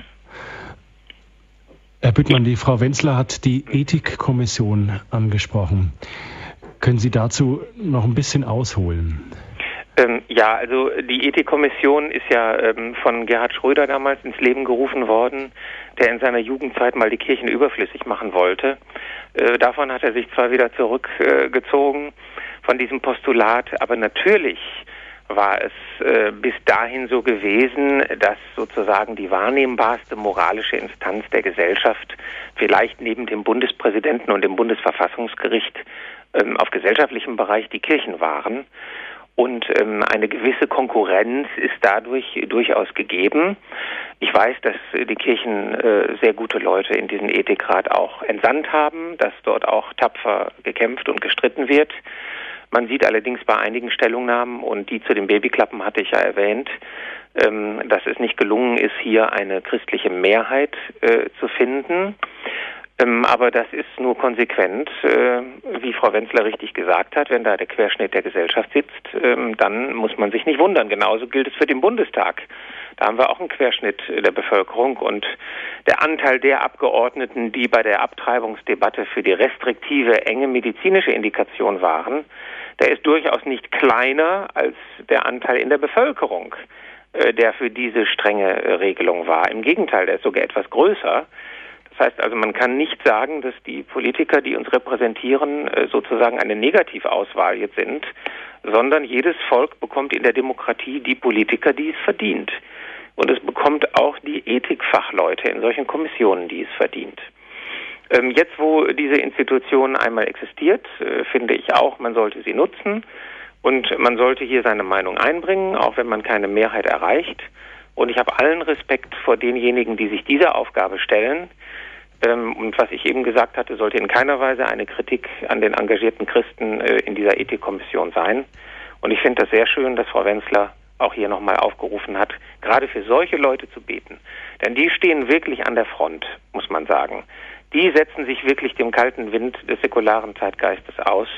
Herr Büttmann, die Frau Wenzler hat die Ethikkommission angesprochen. Können Sie dazu noch ein bisschen ausholen? Ähm, ja, also die Ethikkommission ist ja ähm, von Gerhard Schröder damals ins Leben gerufen worden, der in seiner Jugendzeit mal die Kirchen überflüssig machen wollte. Äh, davon hat er sich zwar wieder zurückgezogen, äh, von diesem Postulat, aber natürlich war es äh, bis dahin so gewesen, dass sozusagen die wahrnehmbarste moralische Instanz der Gesellschaft vielleicht neben dem Bundespräsidenten und dem Bundesverfassungsgericht ähm, auf gesellschaftlichem Bereich die Kirchen waren. Und ähm, eine gewisse Konkurrenz ist dadurch durchaus gegeben. Ich weiß, dass die Kirchen äh, sehr gute Leute in diesen Ethikrat auch entsandt haben, dass dort auch tapfer gekämpft und gestritten wird. Man sieht allerdings bei einigen Stellungnahmen, und die zu den Babyklappen hatte ich ja erwähnt, ähm, dass es nicht gelungen ist, hier eine christliche Mehrheit äh, zu finden. Ähm, aber das ist nur konsequent, äh, wie Frau Wenzler richtig gesagt hat, wenn da der Querschnitt der Gesellschaft sitzt, ähm, dann muss man sich nicht wundern. Genauso gilt es für den Bundestag. Da haben wir auch einen Querschnitt der Bevölkerung, und der Anteil der Abgeordneten, die bei der Abtreibungsdebatte für die restriktive, enge medizinische Indikation waren, der ist durchaus nicht kleiner als der Anteil in der Bevölkerung, äh, der für diese strenge äh, Regelung war. Im Gegenteil, der ist sogar etwas größer. Das heißt also, man kann nicht sagen, dass die Politiker, die uns repräsentieren, äh, sozusagen eine Negativauswahl jetzt sind, sondern jedes Volk bekommt in der Demokratie die Politiker, die es verdient. Und es bekommt auch die Ethikfachleute in solchen Kommissionen, die es verdient. Ähm, jetzt, wo diese Institution einmal existiert, äh, finde ich auch, man sollte sie nutzen, und man sollte hier seine Meinung einbringen, auch wenn man keine Mehrheit erreicht. Und ich habe allen Respekt vor denjenigen, die sich dieser Aufgabe stellen. Ähm, und was ich eben gesagt hatte, sollte in keiner Weise eine Kritik an den engagierten Christen äh, in dieser Ethikkommission sein. Und ich finde das sehr schön, dass Frau Wenzler auch hier nochmal aufgerufen hat, gerade für solche Leute zu beten. Denn die stehen wirklich an der Front, muss man sagen. Die setzen sich wirklich dem kalten Wind des säkularen Zeitgeistes aus.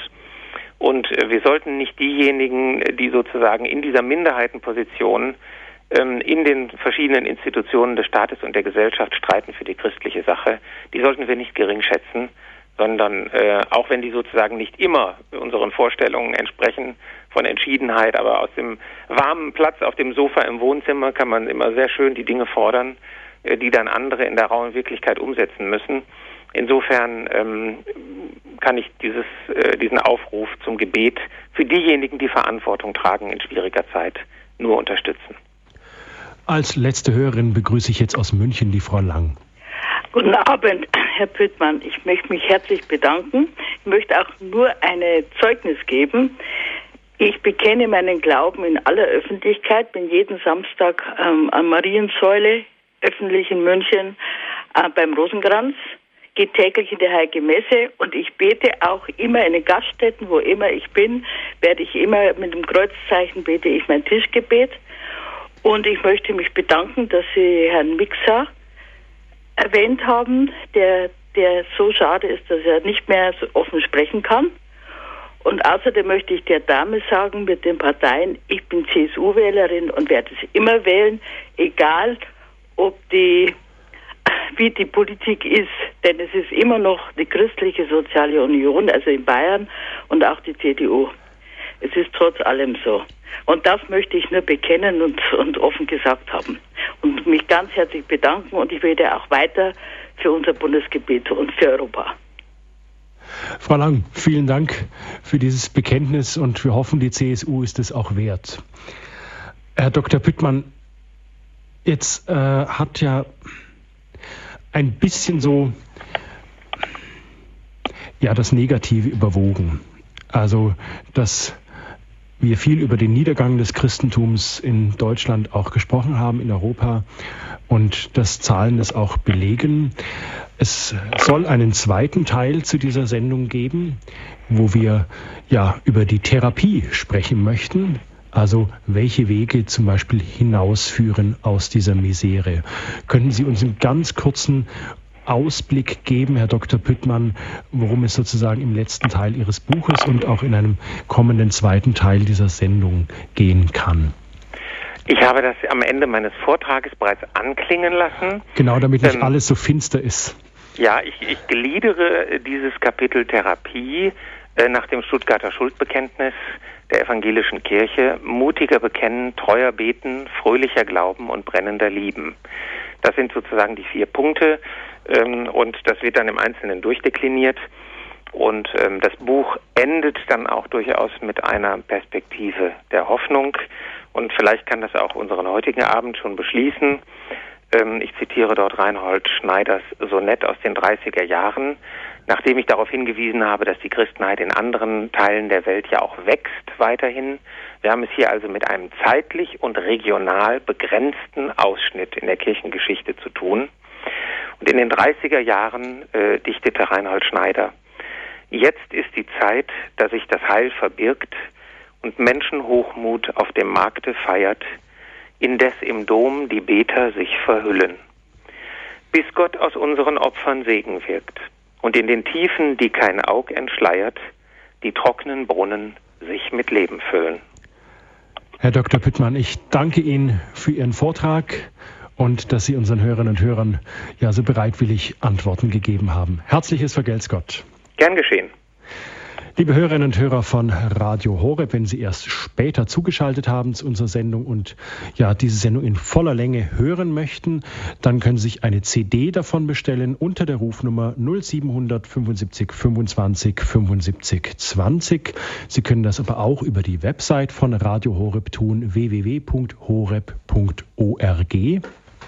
Und äh, wir sollten nicht diejenigen, die sozusagen in dieser Minderheitenposition ähm, in den verschiedenen Institutionen des Staates und der Gesellschaft streiten für die christliche Sache, die sollten wir nicht gering schätzen, sondern äh, auch wenn die sozusagen nicht immer unseren Vorstellungen entsprechen von Entschiedenheit, aber aus dem warmen Platz auf dem Sofa im Wohnzimmer kann man immer sehr schön die Dinge fordern, äh, die dann andere in der rauen Wirklichkeit umsetzen müssen. Insofern ähm, kann ich dieses, äh, diesen Aufruf zum Gebet für diejenigen, die Verantwortung tragen in schwieriger Zeit, nur unterstützen. Als letzte Hörerin begrüße ich jetzt aus München die Frau Lang. Guten Abend, Herr Püttmann. Ich möchte mich herzlich bedanken. Ich möchte auch nur ein Zeugnis geben. Ich bekenne meinen Glauben in aller Öffentlichkeit, bin jeden Samstag ähm, an Mariensäule, öffentlich in München, äh, beim Rosenkranz, gehe täglich in die Heilige Messe, und ich bete auch immer in den Gaststätten, wo immer ich bin, werde ich immer mit dem Kreuzzeichen bete ich mein Tischgebet. Und ich möchte mich bedanken, dass Sie Herrn Mixer erwähnt haben, der, der so schade ist, dass er nicht mehr so offen sprechen kann. Und außerdem möchte ich der Dame sagen, mit den Parteien, ich bin C S U-Wählerin und werde es immer wählen, egal ob die, wie die Politik ist, denn es ist immer noch die Christliche Soziale Union, also in Bayern, und auch die C D U. Es ist trotz allem so. Und das möchte ich nur bekennen und, und offen gesagt haben. Und mich ganz herzlich bedanken, und ich werde auch weiter für unser Bundesgebiet und für Europa. Frau Lang, vielen Dank für dieses Bekenntnis, und wir hoffen, die C S U ist es auch wert. Herr Doktor Püttmann, jetzt äh, hat ja ein bisschen so ja das Negative überwogen. Also, dass wir viel über den Niedergang des Christentums in Deutschland auch gesprochen haben, in Europa, und dass Zahlen das auch belegen. Es soll einen zweiten Teil zu dieser Sendung geben, wo wir ja über die Therapie sprechen möchten. Also welche Wege zum Beispiel hinausführen aus dieser Misere. Könnten Sie uns einen ganz kurzen Ausblick geben, Herr Doktor Püttmann, worum es sozusagen im letzten Teil Ihres Buches und auch in einem kommenden zweiten Teil dieser Sendung gehen kann? Ich habe das am Ende meines Vortrages bereits anklingen lassen. Genau, damit nicht ähm, alles so finster ist. Ja, ich, ich gliedere dieses Kapitel Therapie äh, nach dem Stuttgarter Schuldbekenntnis der evangelischen Kirche: mutiger bekennen, treuer beten, fröhlicher glauben und brennender lieben. Das sind sozusagen die vier Punkte, ähm, und das wird dann im Einzelnen durchdekliniert. Und ähm, das Buch endet dann auch durchaus mit einer Perspektive der Hoffnung. Und vielleicht kann das auch unseren heutigen Abend schon beschließen. Ähm, ich zitiere dort Reinhold Schneiders Sonett aus den dreißiger Jahren, nachdem ich darauf hingewiesen habe, dass die Christenheit in anderen Teilen der Welt ja auch wächst weiterhin. Wir haben es hier also mit einem zeitlich und regional begrenzten Ausschnitt in der Kirchengeschichte zu tun. Und in den dreißiger Jahren äh, dichtete Reinhold Schneider: Jetzt ist die Zeit, da sich das Heil verbirgt und Menschenhochmut auf dem Markte feiert, indes im Dom die Beter sich verhüllen. Bis Gott aus unseren Opfern Segen wirkt und in den Tiefen, die kein Aug entschleiert, die trockenen Brunnen sich mit Leben füllen. Herr Doktor Püttmann, ich danke Ihnen für Ihren Vortrag und dass Sie unseren Hörerinnen und Hörern ja so bereitwillig Antworten gegeben haben. Herzliches Vergelt's Gott. Gern geschehen. Liebe Hörerinnen und Hörer von Radio Horeb, wenn Sie erst später zugeschaltet haben zu unserer Sendung und ja diese Sendung in voller Länge hören möchten, dann können Sie sich eine C D davon bestellen unter der Rufnummer null sieben fünfundsiebzig fünfundzwanzig fünfundsiebzig zwanzig. Sie können das aber auch über die Website von Radio Horeb tun, w w w punkt horeb punkt org.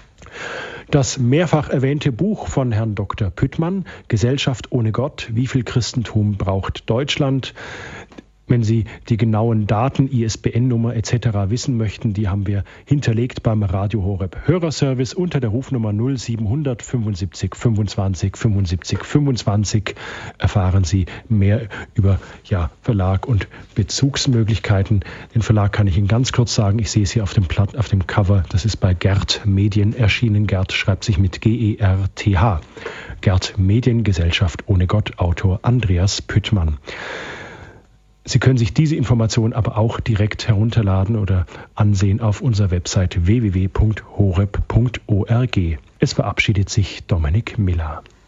Das mehrfach erwähnte Buch von Herrn Doktor Püttmann, Gesellschaft ohne Gott, wie viel Christentum braucht Deutschland? Wenn Sie die genauen Daten, I S B N-Nummer et cetera wissen möchten, die haben wir hinterlegt beim Radio Horeb Hörerservice unter der Rufnummer null sieben fünfundsiebzig fünfundzwanzig fünfundsiebzig fünfundzwanzig. Erfahren Sie mehr über ja, Verlag und Bezugsmöglichkeiten. Den Verlag kann ich Ihnen ganz kurz sagen. Ich sehe es hier auf dem Platt, auf dem Cover. Das ist bei Gert Medien erschienen. Gert schreibt sich mit G E R T H. Gert Medien, Gesellschaft ohne Gott, Autor Andreas Püttmann. Sie können sich diese Information aber auch direkt herunterladen oder ansehen auf unserer Website w w w punkt horeb punkt org. Es verabschiedet sich Dominik Miller.